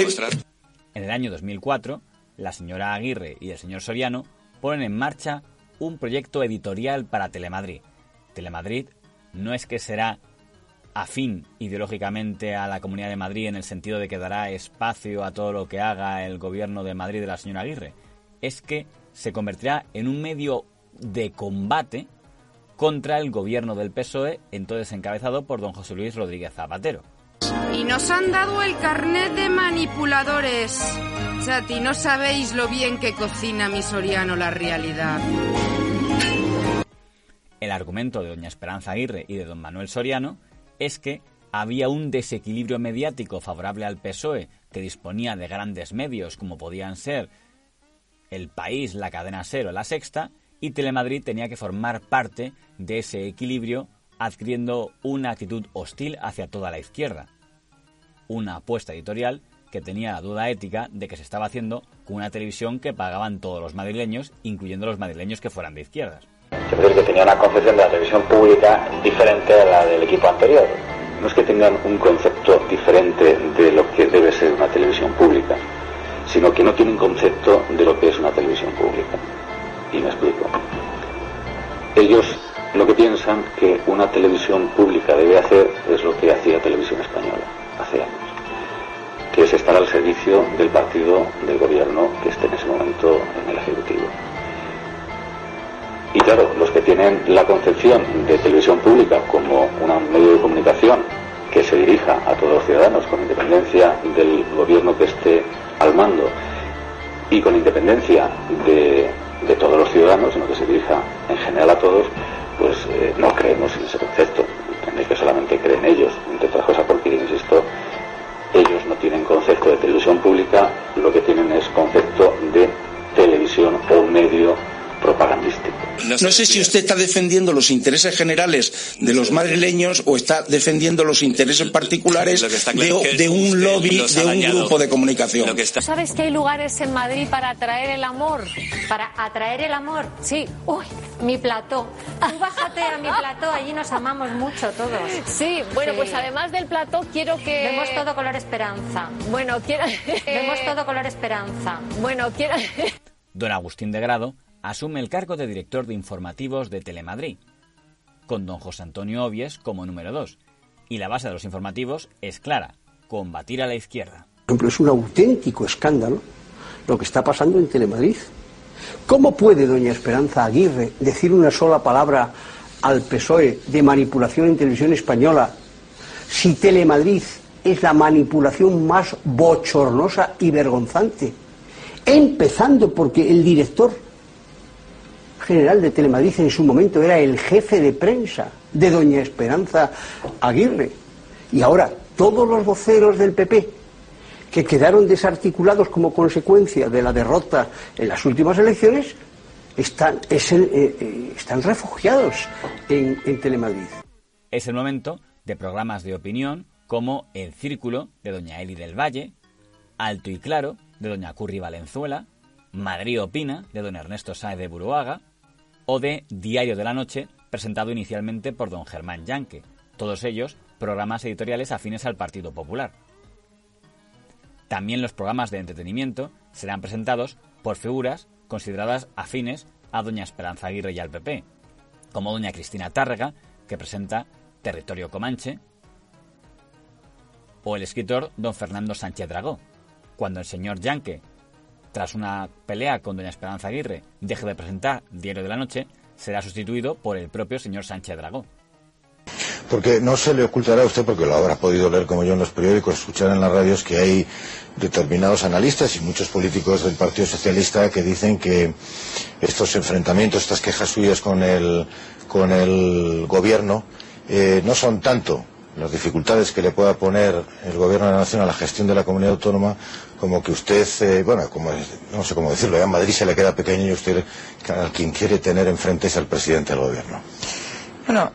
En el año 2004, la señora Aguirre y el señor Soriano ponen en marcha un proyecto editorial para Telemadrid. Telemadrid no es que será afín ideológicamente a la Comunidad de Madrid en el sentido de que dará espacio a todo lo que haga el gobierno de Madrid de la señora Aguirre. Es que se convertirá en un medio de combate contra el gobierno del PSOE, entonces encabezado por don José Luis Rodríguez Zapatero. Y nos han dado el carnet de manipuladores. Chati, no sabéis lo bien que cocina mi Soriano la realidad. El argumento de doña Esperanza Aguirre y de don Manuel Soriano es que había un desequilibrio mediático favorable al PSOE, que disponía de grandes medios como podían ser El País, La Cadena SER o La Sexta, y Telemadrid tenía que formar parte de ese equilibrio adquiriendo una actitud hostil hacia toda la izquierda. Una apuesta editorial que tenía la duda ética de que se estaba haciendo con una televisión que pagaban todos los madrileños, incluyendo los madrileños que fueran de izquierdas. Se puede decir que tenía una concepción de la televisión pública diferente a la del equipo anterior. No es que tengan un concepto diferente de lo que debe ser una televisión pública, sino que no tienen concepto de lo que es una televisión pública. Y me explico. Ellos lo que piensan que una televisión pública debe hacer es lo que hacía Televisión Española hace años, que es estar al servicio del partido del gobierno que esté en ese momento en el Ejecutivo. Y claro, los que tienen la concepción de televisión pública como un medio de comunicación que se dirija a todos los ciudadanos con independencia del gobierno que esté al mando y con independencia de todos los ciudadanos, sino que se dirija en general a todos, pues no creemos en ese concepto, en el que solamente creen ellos, entre otras cosas porque, insisto, ellos no tienen concepto de televisión pública, lo que tienen es concepto de televisión o un medio propagandístico. no sé si usted está defendiendo los intereses generales de los madrileños o está defendiendo los intereses particulares de un lobby, de un grupo de comunicación. ¿Sabes que hay lugares en Madrid para atraer el amor? ¿Para atraer el amor? Sí. Uy, mi plató. Tú bájate a mi plató, allí nos amamos mucho todos. Sí, bueno, pues además del plató quiero que... Vemos todo color esperanza. Bueno, quiero... Vemos todo color esperanza. Bueno, quiero... Don Agustín de Grado asume el cargo de director de informativos de Telemadrid, con don José Antonio Obies como número 2. Y la base de los informativos es clara: combatir a la izquierda. Por ejemplo, es un auténtico escándalo lo que está pasando en Telemadrid. ¿Cómo puede doña Esperanza Aguirre decir una sola palabra al PSOE de manipulación en Televisión Española si Telemadrid es la manipulación más bochornosa y vergonzante? Empezando porque el director general de Telemadrid en su momento era el jefe de prensa de doña Esperanza Aguirre. Y ahora todos los voceros del PP que quedaron desarticulados como consecuencia de la derrota en las últimas elecciones están refugiados en Telemadrid. Es el momento de programas de opinión como El Círculo, de doña Eli del Valle, Alto y Claro, de doña Curri Valenzuela, Madrid Opina, de don Ernesto Sáez de Buruaga, o de Diario de la Noche, presentado inicialmente por don Germán Yanque, todos ellos programas editoriales afines al Partido Popular. También los programas de entretenimiento serán presentados por figuras consideradas afines a doña Esperanza Aguirre y al PP, como doña Cristina Tárrega, que presenta Territorio Comanche, o el escritor don Fernando Sánchez Dragó, cuando el señor Yanque, tras una pelea con doña Esperanza Aguirre, deje de presentar Diario de la Noche, será sustituido por el propio señor Sánchez Dragó. Porque no se le ocultará a usted, porque lo habrá podido leer como yo en los periódicos, escuchar en las radios, que hay determinados analistas y muchos políticos del Partido Socialista que dicen que estos enfrentamientos, estas quejas suyas con el gobierno, no son tanto las dificultades que le pueda poner el gobierno de la nación a la gestión de la comunidad autónoma, como que usted, como no sé cómo decirlo, ya en Madrid se le queda pequeño y usted, a quien quiere tener enfrente es al presidente del gobierno. Bueno,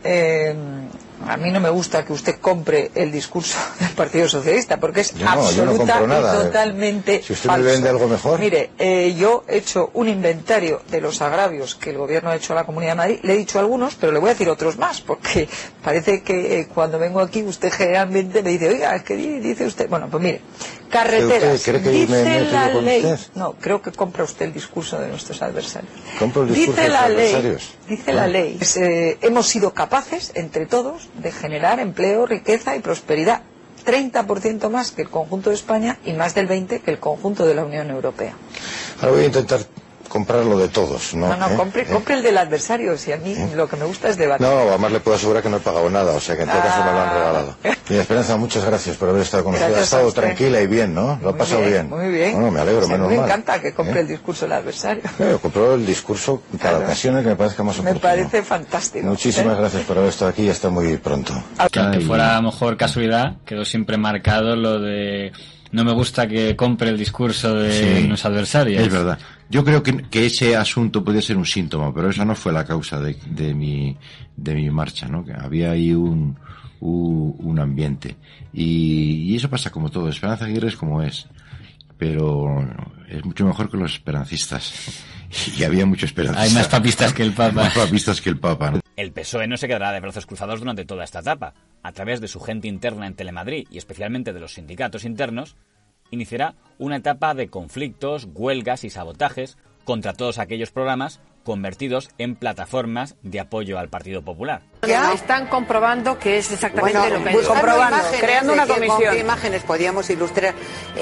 a mí no me gusta que usted compre el discurso del Partido Socialista, porque es absoluta y totalmente Si usted falso. me vende algo mejor. Mire, yo he hecho un inventario de los agravios que el gobierno ha hecho a la Comunidad de Madrid. Le he dicho algunos, pero le voy a decir otros más, porque parece que cuando vengo aquí usted generalmente me dice, oiga, es que dice usted... Bueno, pues mire, carreteras, ¿Usted cree que dice la con ley... usted? No, creo que compra usted el discurso de nuestros adversarios. ¿Compro el discurso Dice de los la ley, adversarios? dice la ley, hemos sido capaces, entre todos, de generar empleo, riqueza y prosperidad. 30% más que el conjunto de España y más del 20% que el conjunto de la Unión Europea. Ahora voy a intentar comprarlo de todos, ¿no? Compre el del adversario, si a mí lo que me gusta es debatir. No, además le puedo asegurar que no he pagado nada, o sea que en todo caso me lo han regalado. Y Esperanza, muchas gracias por haber estado con nosotros. Ha estado tranquila y bien, ¿no? Lo ha pasado bien. Muy bien. Bueno, me alegro, menos mal. Me encanta que compre el discurso del adversario. Compró el discurso para ocasiones que me parezca más oportuno. Me parece fantástico. Muchísimas gracias por haber estado aquí y hasta muy pronto. Que aunque fuera a lo mejor casualidad, quedó siempre marcado lo de... No me gusta que compre el discurso de los adversarios. Es verdad. Yo creo que ese asunto podía ser un síntoma, pero esa no fue la causa de mi marcha, ¿no? Que había ahí un ambiente. Y eso pasa como todo. Esperanza Aguirre es como es. Pero es mucho mejor que los esperancistas. Y había muchos esperancistas. Hay más papistas que el Papa. Más papistas que el Papa, ¿no? El PSOE no se quedará de brazos cruzados durante toda esta etapa. A través de su gente interna en Telemadrid y especialmente de los sindicatos internos, iniciará una etapa de conflictos, huelgas y sabotajes contra todos aquellos programas convertidos en plataformas de apoyo al Partido Popular. Ya están comprobando que es exactamente lo que hay. Comprobando, creando una comisión. ¿Con qué imágenes podíamos ilustrar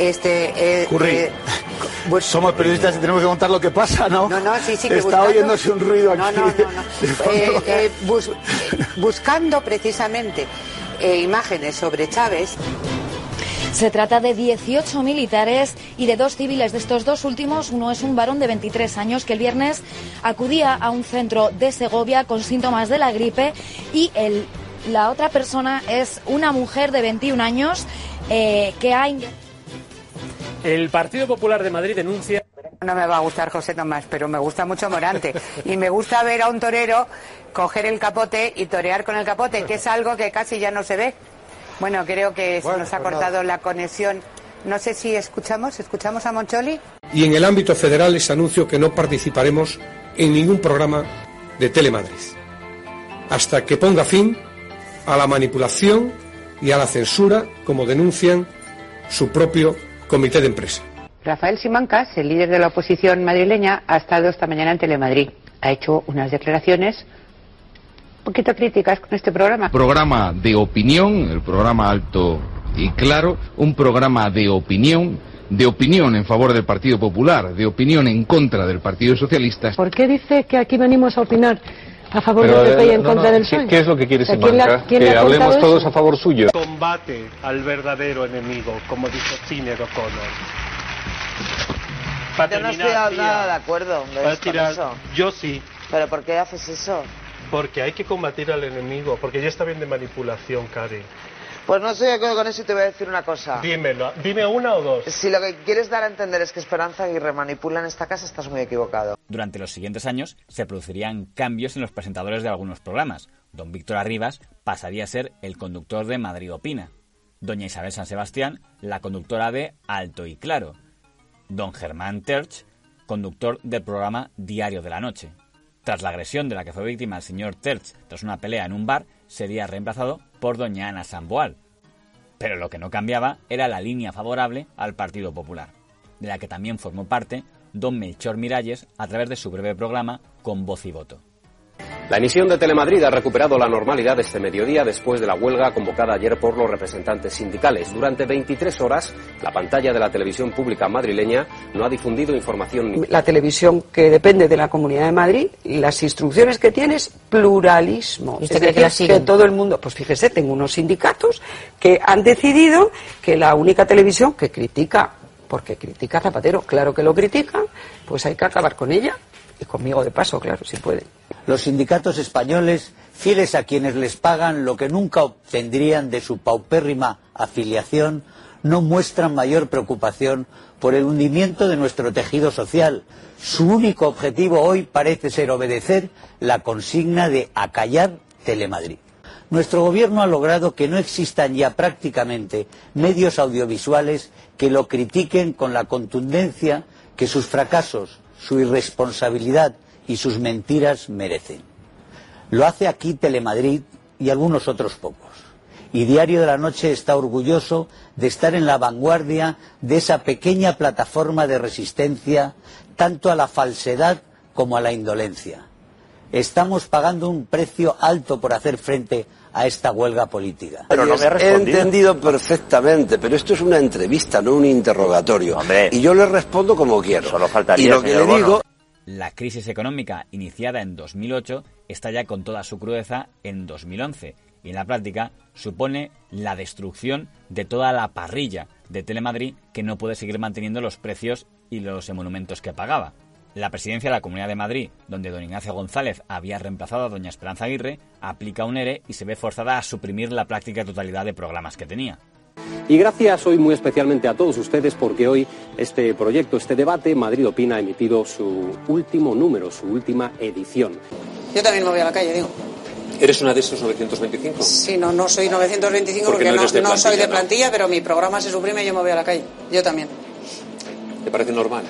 somos periodistas y tenemos que contar lo que pasa, ¿no? No, sí, que está oyéndose un ruido aquí. Buscando precisamente imágenes sobre Chávez. Se trata de 18 militares y de 2 civiles. De estos 2 últimos, uno es un varón de 23 años que el viernes acudía a un centro de Segovia con síntomas de la gripe y la otra persona es una mujer de 21 años que ha... El Partido Popular de Madrid denuncia... No me va a gustar José Tomás, pero me gusta mucho Morante. Y me gusta ver a un torero coger el capote y torear con el capote, que es algo que casi ya no se ve. Bueno, creo que se nos ha cortado la conexión. No sé si escuchamos a Moncholi. Y en el ámbito federal les anuncio que no participaremos en ningún programa de Telemadrid, hasta que ponga fin a la manipulación y a la censura, como denuncian su propio comité de empresa. Rafael Simancas, el líder de la oposición madrileña, ha estado esta mañana en Telemadrid. Ha hecho unas declaraciones un poquito críticas con este programa. Programa de opinión, el programa Alto y Claro, un programa de opinión en favor del Partido Popular, de opinión en contra del Partido Socialista. ¿Por qué dice que aquí venimos a opinar a favor del PP y en contra del PSOE? ¿Qué es lo que quiere Simancas? Que hablemos todos a favor suyo. Combate al verdadero enemigo, como dijo Sinéad O'Connor. Yo no estoy nada de acuerdo con eso. Yo sí. ¿Pero por qué haces eso? Porque hay que combatir al enemigo, porque ya está bien de manipulación, Cari. Pues no estoy de acuerdo con eso y te voy a decir una cosa. Dímelo, dime una o dos. Si lo que quieres dar a entender es que Esperanza Aguirre manipula en esta casa, estás muy equivocado. Durante los siguientes años se producirían cambios en los presentadores de algunos programas. Don Víctor Arribas pasaría a ser el conductor de Madrid Opina. Doña Isabel San Sebastián, la conductora de Alto y Claro. Don Germán Terch, conductor del programa Diario de la Noche. Tras la agresión de la que fue víctima el señor Terch tras una pelea en un bar, sería reemplazado por doña Ana Samboal. Pero lo que no cambiaba era la línea favorable al Partido Popular, de la que también formó parte don Melchor Miralles a través de su breve programa Con Voz y Voto. La emisión de Telemadrid ha recuperado la normalidad este mediodía después de la huelga convocada ayer por los representantes sindicales. Durante 23 horas, la pantalla de la televisión pública madrileña no ha difundido información. La televisión que depende de la Comunidad de Madrid, las instrucciones que tiene es pluralismo. ¿Usted cree que la siguen? Que todo el mundo, pues fíjese, tengo unos sindicatos que han decidido que la única televisión que critica, porque critica a Zapatero, claro que lo critica, pues hay que acabar con ella. Y conmigo de paso, claro, si puede. Los sindicatos españoles, fieles a quienes les pagan lo que nunca obtendrían de su paupérrima afiliación, no muestran mayor preocupación por el hundimiento de nuestro tejido social. Su único objetivo hoy parece ser obedecer la consigna de acallar Telemadrid. Nuestro gobierno ha logrado que no existan ya prácticamente medios audiovisuales que lo critiquen con la contundencia que sus fracasos, su irresponsabilidad y sus mentiras merecen. Lo hace aquí Telemadrid y algunos otros pocos. Y Diario de la Noche está orgulloso de estar en la vanguardia de esa pequeña plataforma de resistencia tanto a la falsedad como a la indolencia. Estamos pagando un precio alto por hacer frente a esta huelga política. Pero no me ha respondido. He entendido perfectamente, pero esto es una entrevista, no un interrogatorio. Hombre, y yo le respondo como quiero. Solo faltaría, y lo que le digo... La crisis económica iniciada en 2008 estalla con toda su crudeza en 2011 y en la práctica supone la destrucción de toda la parrilla de Telemadrid, que no puede seguir manteniendo los precios y los emolumentos que pagaba. La presidencia de la Comunidad de Madrid, donde don Ignacio González había reemplazado a doña Esperanza Aguirre, aplica un ERE y se ve forzada a suprimir la práctica totalidad de programas que tenía. Y gracias hoy muy especialmente a todos ustedes, porque hoy este proyecto, este debate, Madrid Opina ha emitido su último número, su última edición. Yo también me voy a la calle, digo. ¿Eres una de esos 925? Sí, no soy 925 porque no soy de plantilla, pero mi programa se suprime y yo me voy a la calle. Yo también. ¿Te parece normal?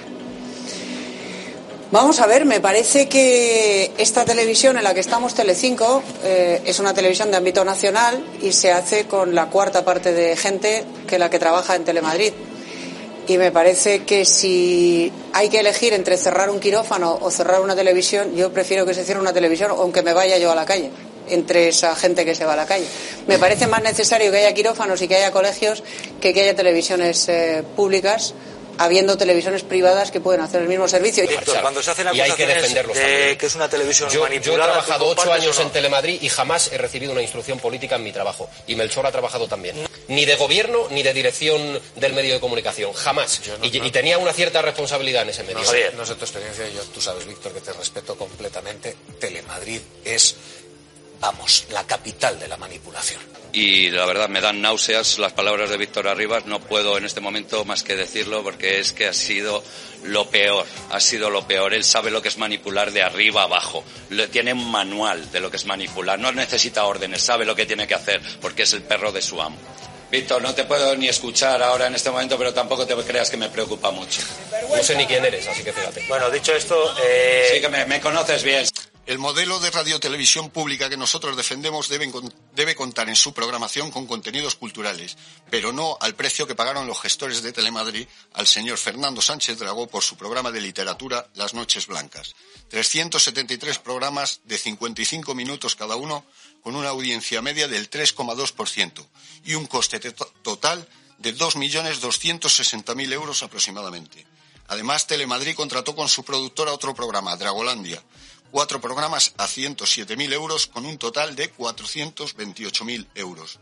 Vamos a ver, me parece que esta televisión en la que estamos, Telecinco, es una televisión de ámbito nacional y se hace con la cuarta parte de gente que la que trabaja en Telemadrid. Y me parece que si hay que elegir entre cerrar un quirófano o cerrar una televisión, yo prefiero que se cierre una televisión, aunque me vaya yo a la calle, entre esa gente que se va a la calle. Me parece más necesario que haya quirófanos y que haya colegios que haya televisiones públicas, habiendo televisiones privadas que pueden hacer el mismo servicio. Víctor, cuando se hacen acusaciones de que es una televisión manipulada... Yo he trabajado 8 años en Telemadrid y jamás he recibido una instrucción política en mi trabajo. Y Melchor ha trabajado también. Ni de gobierno ni de dirección del medio de comunicación. Jamás. Y tenía una cierta responsabilidad en ese medio. No sé tu experiencia. Tú sabes, Víctor, que te respeto completamente. Telemadrid es vamos, la capital de la manipulación. Y la verdad me dan náuseas las palabras de Víctor Arribas, no puedo en este momento más que decirlo porque es que ha sido lo peor, él sabe lo que es manipular de arriba a abajo, tiene un manual de lo que es manipular, no necesita órdenes, sabe lo que tiene que hacer porque es el perro de su amo. Víctor, no te puedo ni escuchar ahora en este momento, pero tampoco te creas que me preocupa mucho. No sé ni quién eres, así que fíjate. Bueno, dicho esto... Sí que me conoces bien. El modelo de radiotelevisión pública que nosotros defendemos debe contar en su programación con contenidos culturales, pero no al precio que pagaron los gestores de Telemadrid al señor Fernando Sánchez Dragó por su programa de literatura Las Noches Blancas. 373 programas de 55 minutos cada uno, con una audiencia media del 3,2% y un coste total de 2.260.000 euros aproximadamente. Además, Telemadrid contrató con su productora otro programa, Dragolandia, 4 programas a 107.000 euros con un total de 428.000 euros.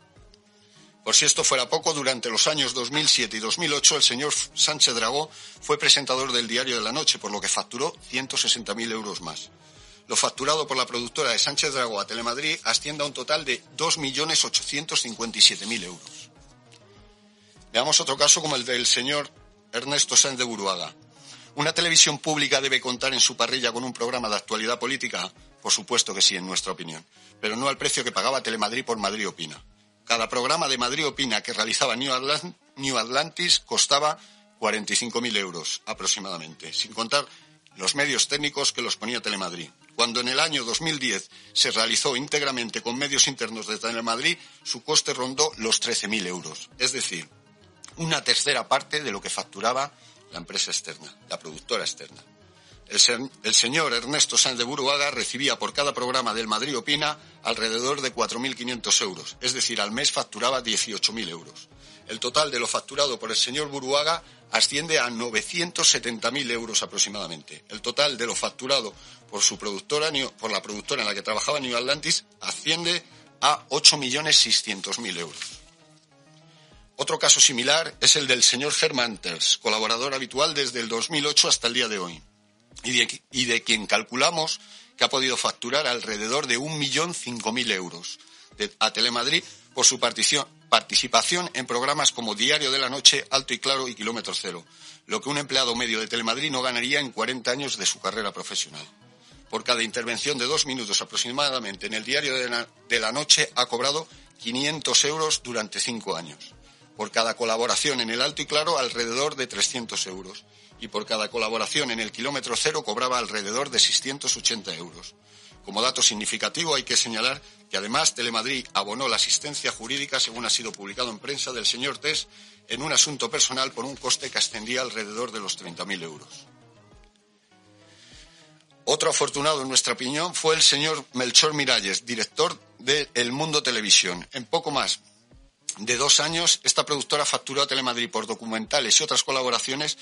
Por si esto fuera poco, durante los años 2007 y 2008 el señor Sánchez Dragó fue presentador del Diario de la Noche, por lo que facturó 160.000 euros más. Lo facturado por la productora de Sánchez Dragó a Telemadrid asciende a un total de 2.857.000 euros. Veamos otro caso como el del señor Ernesto Sáenz de Buruaga. ¿Una televisión pública debe contar en su parrilla con un programa de actualidad política? Por supuesto que sí, en nuestra opinión, pero no al precio que pagaba Telemadrid por Madrid Opina. Cada programa de Madrid Opina que realizaba New Atlantis costaba 45.000 euros aproximadamente, sin contar los medios técnicos que los ponía Telemadrid. Cuando en el año 2010 se realizó íntegramente con medios internos de Telemadrid, su coste rondó los 13.000 euros, es decir, una tercera parte de lo que facturaba la empresa externa, la productora externa. El señor Ernesto Sáenz de Buruaga recibía por cada programa del Madrid Opina alrededor de 4.500 euros, es decir, al mes facturaba 18.000 euros. El total de lo facturado por el señor Buruaga asciende a 970.000 euros aproximadamente. El total de lo facturado por su productora, por la productora en la que trabajaba New Atlantis, asciende a 8.600.000 euros. Otro caso similar es el del señor Germán Terç, colaborador habitual desde el 2008 hasta el día de hoy, y de quien calculamos que ha podido facturar alrededor de 1.005.000 euros a Telemadrid por su participación en programas como Diario de la Noche, Alto y Claro y Kilómetro Cero, lo que un empleado medio de Telemadrid no ganaría en 40 años de su carrera profesional. Por cada intervención de 2 minutos aproximadamente en el Diario de la Noche ha cobrado 500 euros durante 5 años. Por cada colaboración en el Alto y Claro, alrededor de 300 euros. Y por cada colaboración en el Kilómetro Cero cobraba alrededor de 680 euros. Como dato significativo hay que señalar que además Telemadrid abonó la asistencia jurídica, según ha sido publicado en prensa, del señor Terç en un asunto personal por un coste que ascendía alrededor de los 30.000 euros. Otro afortunado, en nuestra opinión, fue el señor Melchor Miralles, director de El Mundo Televisión. En poco más de 2 años, esta productora facturó a Telemadrid por documentales y otras colaboraciones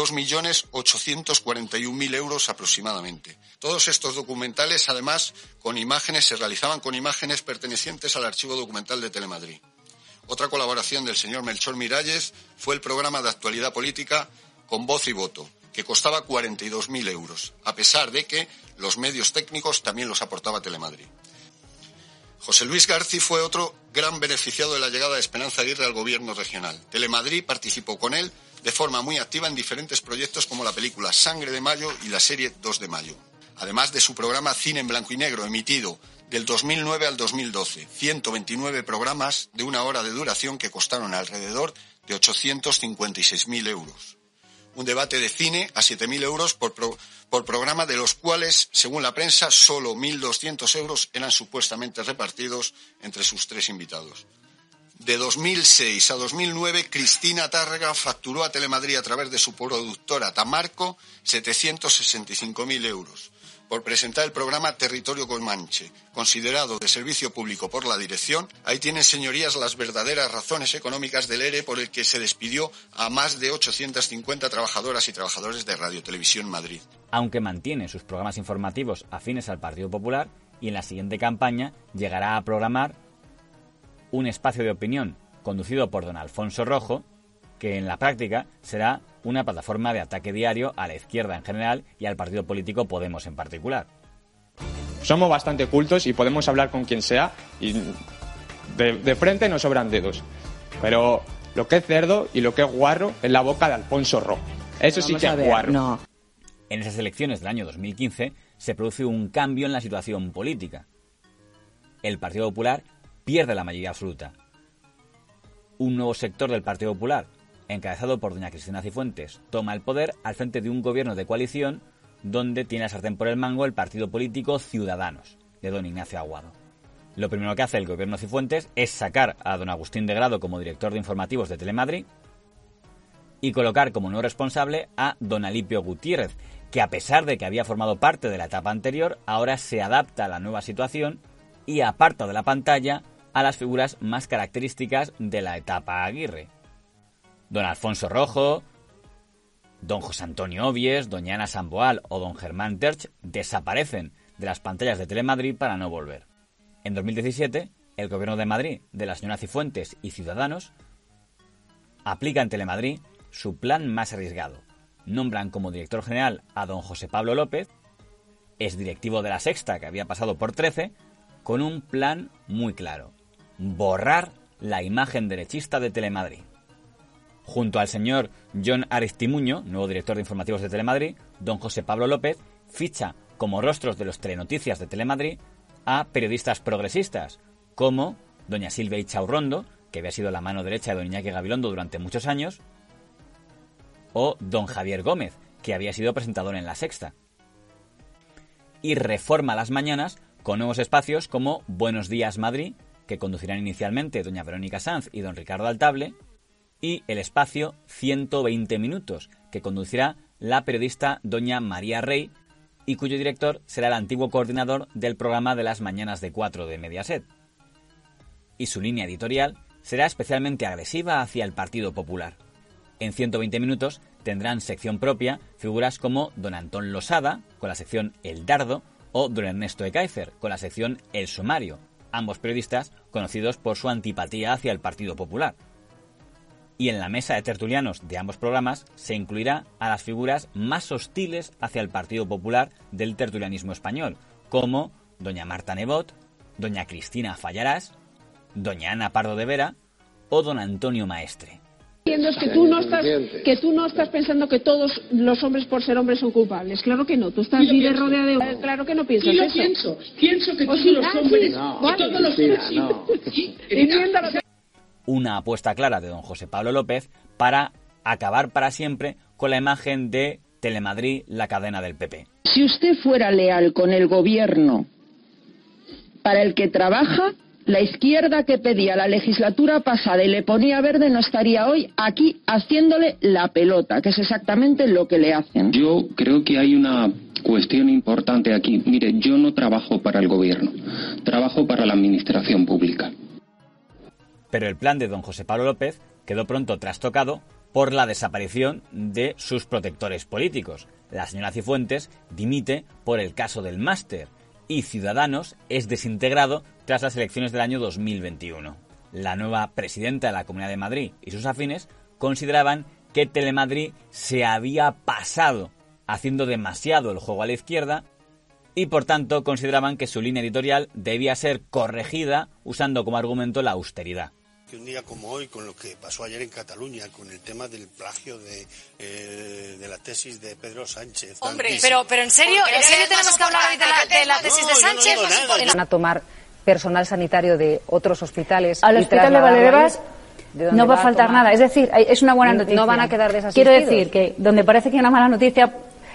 2.841.000 euros aproximadamente. Todos estos documentales, además, se realizaban con imágenes pertenecientes al archivo documental de Telemadrid. Otra colaboración del señor Melchor Miralles fue el programa de actualidad política Con Voz y Voto, que costaba 42.000 euros, a pesar de que los medios técnicos también los aportaba Telemadrid. José Luis García fue otro gran beneficiado de la llegada de Esperanza Aguirre al gobierno regional. Telemadrid participó con él de forma muy activa en diferentes proyectos como la película Sangre de Mayo y la serie 2 de Mayo. Además de su programa Cine en Blanco y Negro, emitido del 2009 al 2012, 129 programas de 1 hora de duración que costaron alrededor de 856.000 euros. Un debate de cine a 7.000 euros por programa, de los cuales, según la prensa, solo 1.200 euros eran supuestamente repartidos entre sus 3 invitados. De 2006 a 2009, Cristina Tárrega facturó a Telemadrid a través de su productora Tamarco 765.000 euros por presentar el programa Territorio Comanche, considerado de servicio público por la dirección. Ahí tienen, señorías, las verdaderas razones económicas del ERE por el que se despidió a más de 850 trabajadoras y trabajadores de Radio Televisión Madrid. Aunque mantiene sus programas informativos afines al Partido Popular, y en la siguiente campaña llegará a programar un espacio de opinión conducido por don Alfonso Rojo, que en la práctica será una plataforma de ataque diario a la izquierda en general y al partido político Podemos en particular. somos bastante cultos y podemos hablar con quien sea y de frente nos sobran dedos. Pero lo que es cerdo y lo que es guarro es la boca de Alfonso Rojo. Eso sí que es guarro. No. En esas elecciones del año 2015 se produce un cambio en la situación política. El Partido Popular pierde la mayoría absoluta. Un nuevo sector del Partido Popular, encabezado por doña Cristina Cifuentes, toma el poder al frente de un gobierno de coalición donde tiene la sartén por el mango el partido político Ciudadanos, de don Ignacio Aguado. Lo primero que hace el gobierno Cifuentes es sacar a don Agustín de Grado como director de informativos de Telemadrid y colocar como nuevo responsable a don Alipio Gutiérrez, que a pesar de que había formado parte de la etapa anterior, ahora se adapta a la nueva situación y aparta de la pantalla a las figuras más características de la etapa Aguirre. Don Alfonso Rojo, don José Antonio Obies, doña Ana Samboal o don Germán Terch desaparecen de las pantallas de Telemadrid para no volver. En 2017, el Gobierno de Madrid, de la señora Cifuentes y Ciudadanos, aplica en Telemadrid su plan más arriesgado. Nombran como director general a don José Pablo López, exdirectivo de La Sexta, que había pasado por 13, con un plan muy claro: borrar la imagen derechista de Telemadrid. Junto al señor John Aristimuño, nuevo director de informativos de Telemadrid, don José Pablo López ficha como rostros de los telenoticias de Telemadrid a periodistas progresistas, como doña Silvia Ichaurrondo, que había sido la mano derecha de don Iñaki Gabilondo durante muchos años, o don Javier Gómez, que había sido presentador en La Sexta. Y reforma las mañanas con nuevos espacios como Buenos Días Madrid, que conducirán inicialmente doña Verónica Sanz y don Ricardo Altable, y el espacio 120 minutos, que conducirá la periodista doña María Rey, y cuyo director será el antiguo coordinador del programa de las mañanas de 4 de Mediaset. Y su línea editorial será especialmente agresiva hacia el Partido Popular. En 120 minutos tendrán sección propia figuras como don Antón Losada, con la sección El Dardo, o don Ernesto Ekaizer, con la sección El Sumario, ambos periodistas conocidos por su antipatía hacia el Partido Popular. Y en la mesa de tertulianos de ambos programas se incluirá a las figuras más hostiles hacia el Partido Popular del tertulianismo español, como doña Marta Nebot, doña Cristina Fallarás, doña Ana Pardo de Vera o don Antonio Maestre. Es que tú no estás pensando que todos los hombres por ser hombres son culpables. Claro que no. Tú estás rodeado de... Claro que no piensas eso. Pienso que todos los hombres... Todos los hombres... Una apuesta clara de don José Pablo López para acabar para siempre con la imagen de Telemadrid, la cadena del PP. Si usted fuera leal con el gobierno para el que trabaja, la izquierda que pedía la legislatura pasada y le ponía verde no estaría hoy aquí haciéndole la pelota, que es exactamente lo que le hacen. Yo creo que hay una cuestión importante aquí. Mire, yo no trabajo para el gobierno, trabajo para la administración pública. Pero el plan de don José Pablo López quedó pronto trastocado por la desaparición de sus protectores políticos. La señora Cifuentes dimite por el caso del máster y Ciudadanos es desintegrado tras las elecciones del año 2021. La nueva presidenta de la Comunidad de Madrid y sus afines consideraban que Telemadrid se había pasado haciendo demasiado el juego a la izquierda y por tanto consideraban que su línea editorial debía ser corregida usando como argumento la austeridad. Que un día como hoy, con lo que pasó ayer en Cataluña, con el tema del plagio de la tesis de Pedro Sánchez. Hombre, pero en serio tenemos que hablar hoy de la tesis de Sánchez. Van a tomar personal sanitario de otros hospitales. Al hospital de Valdebebas no va a faltar nada. Es decir, es una buena noticia. No van a quedar desasistidos. Quiero decir que donde parece que hay una mala noticia,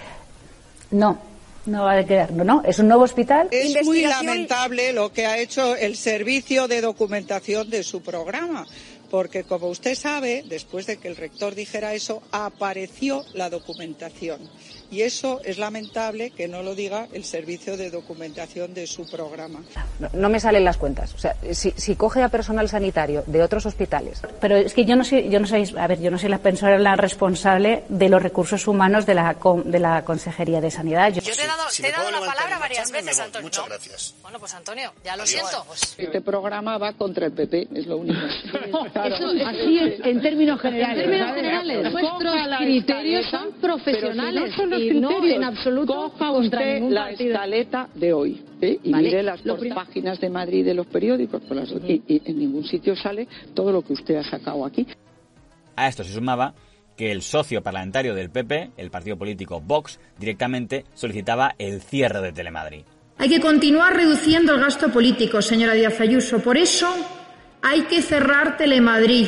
no va a quedar. No, es un nuevo hospital. Es muy lamentable lo que ha hecho el servicio de documentación de su programa, porque como usted sabe, después de que el rector dijera eso, apareció la documentación. Y eso es lamentable que no lo diga el servicio de documentación de su programa. No me salen las cuentas. O sea, si coge a personal sanitario de otros hospitales. Pero es que yo no soy la persona responsable de los recursos humanos de la Consejería de Sanidad. Yo te he dado la palabra varias veces, Antonio. Muchas gracias. Bueno, pues Antonio, ya lo siento. Este programa va contra el PP, es lo único. Así es, en términos generales. En términos generales, nuestros criterios son profesionales y no en absoluto contra ningún partido. La escaleta de hoy, y mire las páginas de Madrid de los periódicos, y en ningún sitio sale todo lo que usted ha sacado aquí. A esto se sumaba que el socio parlamentario del PP, el partido político Vox, directamente solicitaba el cierre de Telemadrid. Hay que continuar reduciendo el gasto político, señora Díaz Ayuso. Por eso hay que cerrar Telemadrid.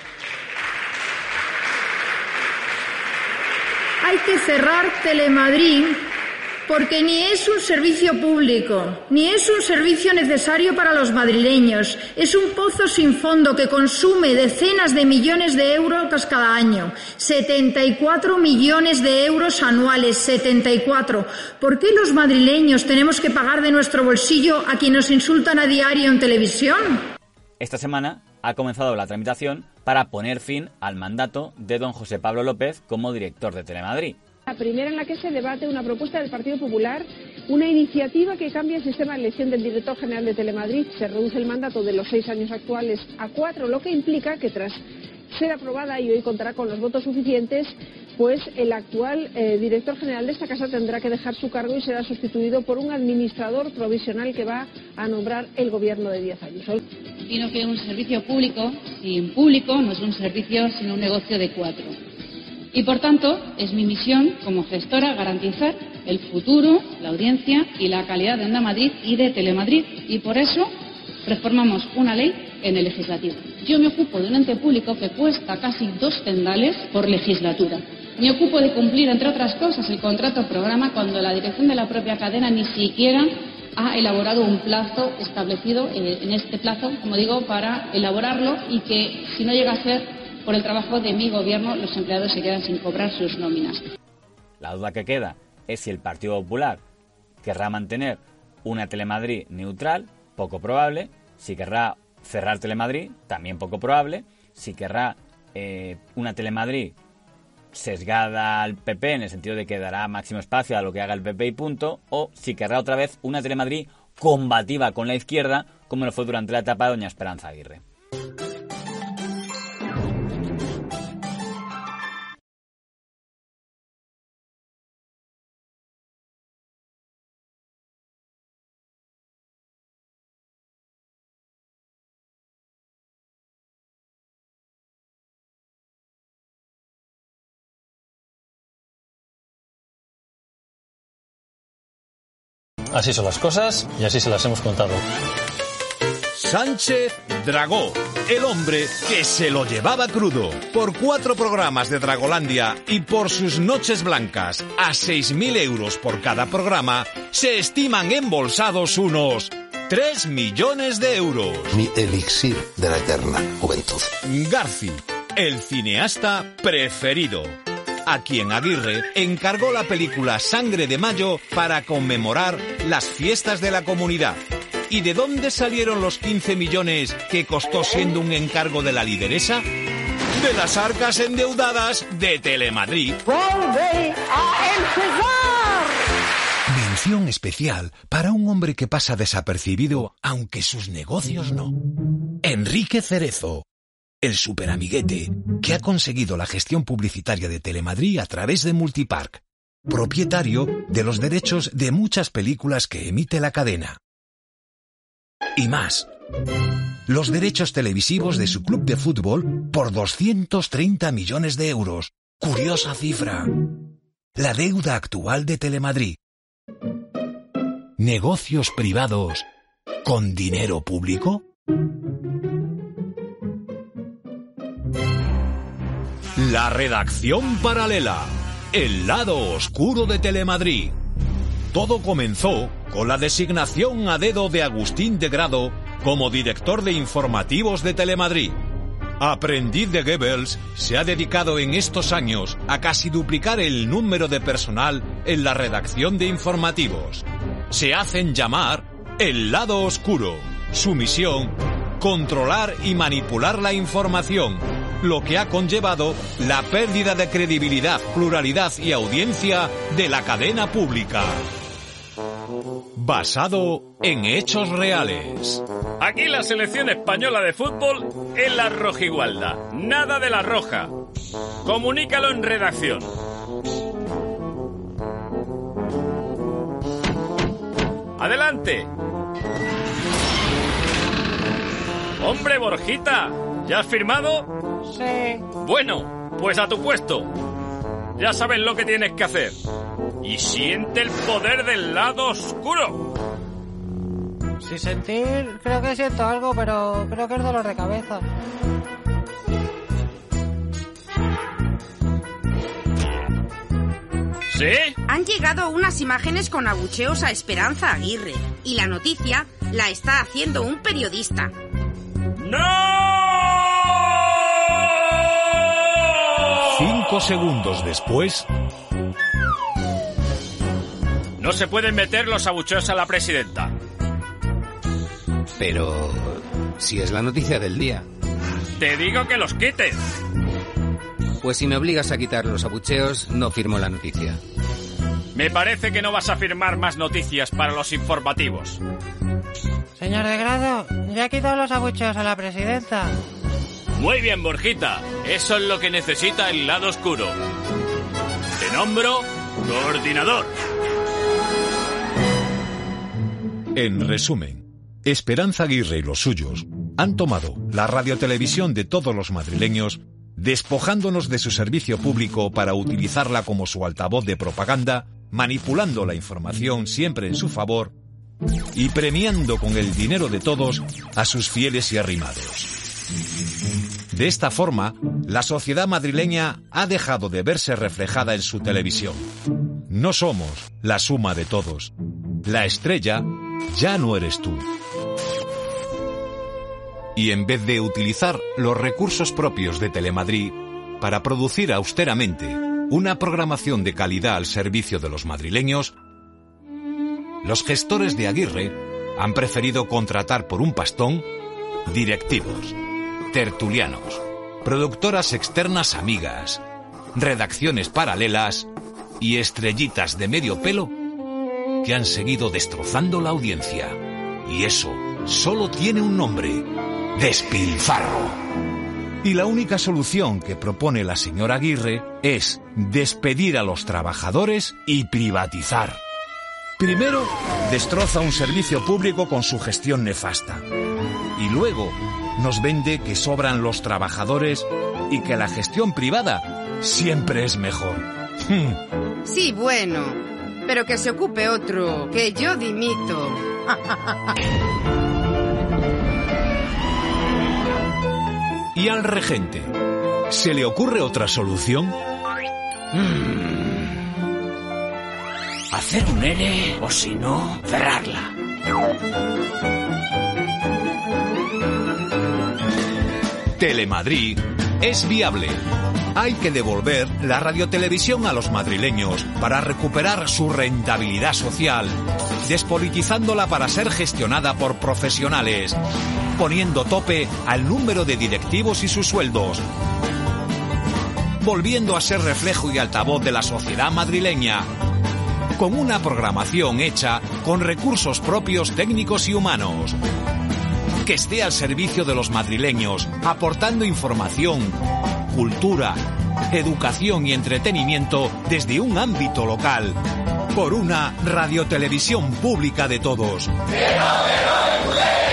Hay que cerrar Telemadrid porque ni es un servicio público, ni es un servicio necesario para los madrileños. Es un pozo sin fondo que consume decenas de millones de euros cada año. 74 millones de euros anuales, 74. ¿Por qué los madrileños tenemos que pagar de nuestro bolsillo a quienes nos insultan a diario en televisión? Esta semana ha comenzado la tramitación para poner fin al mandato de don José Pablo López como director de Telemadrid. La primera en la que se debate una propuesta del Partido Popular, una iniciativa que cambia el sistema de elección del director general de Telemadrid. Se reduce el mandato de los 6 años actuales a 4, lo que implica que tras ser aprobada y hoy contará con los votos suficientes, pues el actual director general de esta casa tendrá que dejar su cargo y será sustituido por un administrador provisional que va a nombrar el gobierno de Díaz Ayuso. Opino que un servicio público sin público no es un servicio sino un negocio de 4. Y por tanto, es mi misión como gestora garantizar el futuro, la audiencia y la calidad de Onda Madrid y de Telemadrid. Y por eso reformamos una ley en el legislativo. Yo me ocupo de un ente público que cuesta casi 2 tendales por legislatura. Me ocupo de cumplir, entre otras cosas, el contrato programa cuando la dirección de la propia cadena ni siquiera ha elaborado un plazo establecido en este plazo, como digo, para elaborarlo y que si no llega a ser por el trabajo de mi gobierno, los empleados se quedan sin cobrar sus nóminas. La duda que queda es si el Partido Popular querrá mantener una Telemadrid neutral, poco probable, si querrá cerrar Telemadrid, también poco probable, si querrá una Telemadrid sesgada al PP en el sentido de que dará máximo espacio a lo que haga el PP y punto, o si querrá otra vez una Telemadrid combativa con la izquierda, como lo fue durante la etapa de doña Esperanza Aguirre. Así son las cosas y así se las hemos contado. Sánchez Dragó, el hombre que se lo llevaba crudo. Por 4 programas de Dragolandia y por sus noches blancas a 6.000 euros por cada programa, se estiman embolsados unos 3 millones de euros. Mi elixir de la eterna juventud. Garci, el cineasta preferido, a quien Aguirre encargó la película Sangre de Mayo para conmemorar las fiestas de la Comunidad. ¿Y de dónde salieron los 15 millones que costó siendo un encargo de la lideresa? De las arcas endeudadas de Telemadrid. ¡Vuelve a empezar! Mención especial para un hombre que pasa desapercibido, aunque sus negocios no. Enrique Cerezo, el superamiguete que ha conseguido la gestión publicitaria de Telemadrid a través de Multipark, propietario de los derechos de muchas películas que emite la cadena. Y más, los derechos televisivos de su club de fútbol por 230 millones de euros. Curiosa cifra. La deuda actual de Telemadrid. ¿Negocios privados con dinero público? La redacción paralela. El lado oscuro de Telemadrid. Todo comenzó con la designación a dedo de Agustín de Grado como director de informativos de Telemadrid. Aprendiz de Goebbels, se ha dedicado en estos años a casi duplicar el número de personal en la redacción de informativos. Se hacen llamar el lado oscuro. Su misión, controlar y manipular la información, lo que ha conllevado la pérdida de credibilidad, pluralidad y audiencia de la cadena pública. Basado en hechos reales. Aquí la selección española de fútbol es la rojigualda, nada de la roja. Comunícalo en redacción. ¡Adelante! ¡Hombre, Borjita! ¿Ya has firmado? Sí. Bueno, pues a tu puesto. Ya sabes lo que tienes que hacer. Y siente el poder del lado oscuro. Si sentir, creo que siento algo, pero creo que es dolor de cabeza. ¿Sí? Han llegado unas imágenes con abucheos a Esperanza Aguirre. Y la noticia la está haciendo un periodista. ¡No! 5 segundos después... No se pueden meter los abucheos a la presidenta. Pero... si es la noticia del día. Te digo que los quites. Pues si me obligas a quitar los abucheos, no firmo la noticia. Me parece que no vas a firmar más noticias para los informativos. Señor de Grado, ya ha quitado los abucheos a la presidenta. Muy bien, Borjita. Eso es lo que necesita el lado oscuro. Te nombro coordinador. En resumen, Esperanza Aguirre y los suyos han tomado la radiotelevisión de todos los madrileños, despojándonos de su servicio público para utilizarla como su altavoz de propaganda, manipulando la información siempre en su favor y premiando con el dinero de todos a sus fieles y arrimados. De esta forma, la sociedad madrileña ha dejado de verse reflejada en su televisión. No somos la suma de todos. La estrella ya no eres tú. Y en vez de utilizar los recursos propios de Telemadrid para producir austeramente una programación de calidad al servicio de los madrileños, los gestores de Aguirre han preferido contratar por un pastón directivos, tertulianos, productoras externas amigas, redacciones paralelas y estrellitas de medio pelo que han seguido destrozando la audiencia. Y eso solo tiene un nombre: despilfarro. Y la única solución que propone la señora Aguirre es despedir a los trabajadores y privatizar. Primero, destroza un servicio público con su gestión nefasta. Y luego, nos vende que sobran los trabajadores y que la gestión privada siempre es mejor. Sí, bueno, pero que se ocupe otro, que yo dimito. ¿Y al regente se le ocurre otra solución? Hacer un L o si no, cerrarla. Telemadrid es viable. Hay que devolver la radiotelevisión a los madrileños para recuperar su rentabilidad social, despolitizándola para ser gestionada por profesionales, poniendo tope al número de directivos y sus sueldos, volviendo a ser reflejo y altavoz de la sociedad madrileña, con una programación hecha con recursos propios técnicos y humanos, que esté al servicio de los madrileños, aportando información, cultura, educación y entretenimiento desde un ámbito local, por una radiotelevisión pública de todos.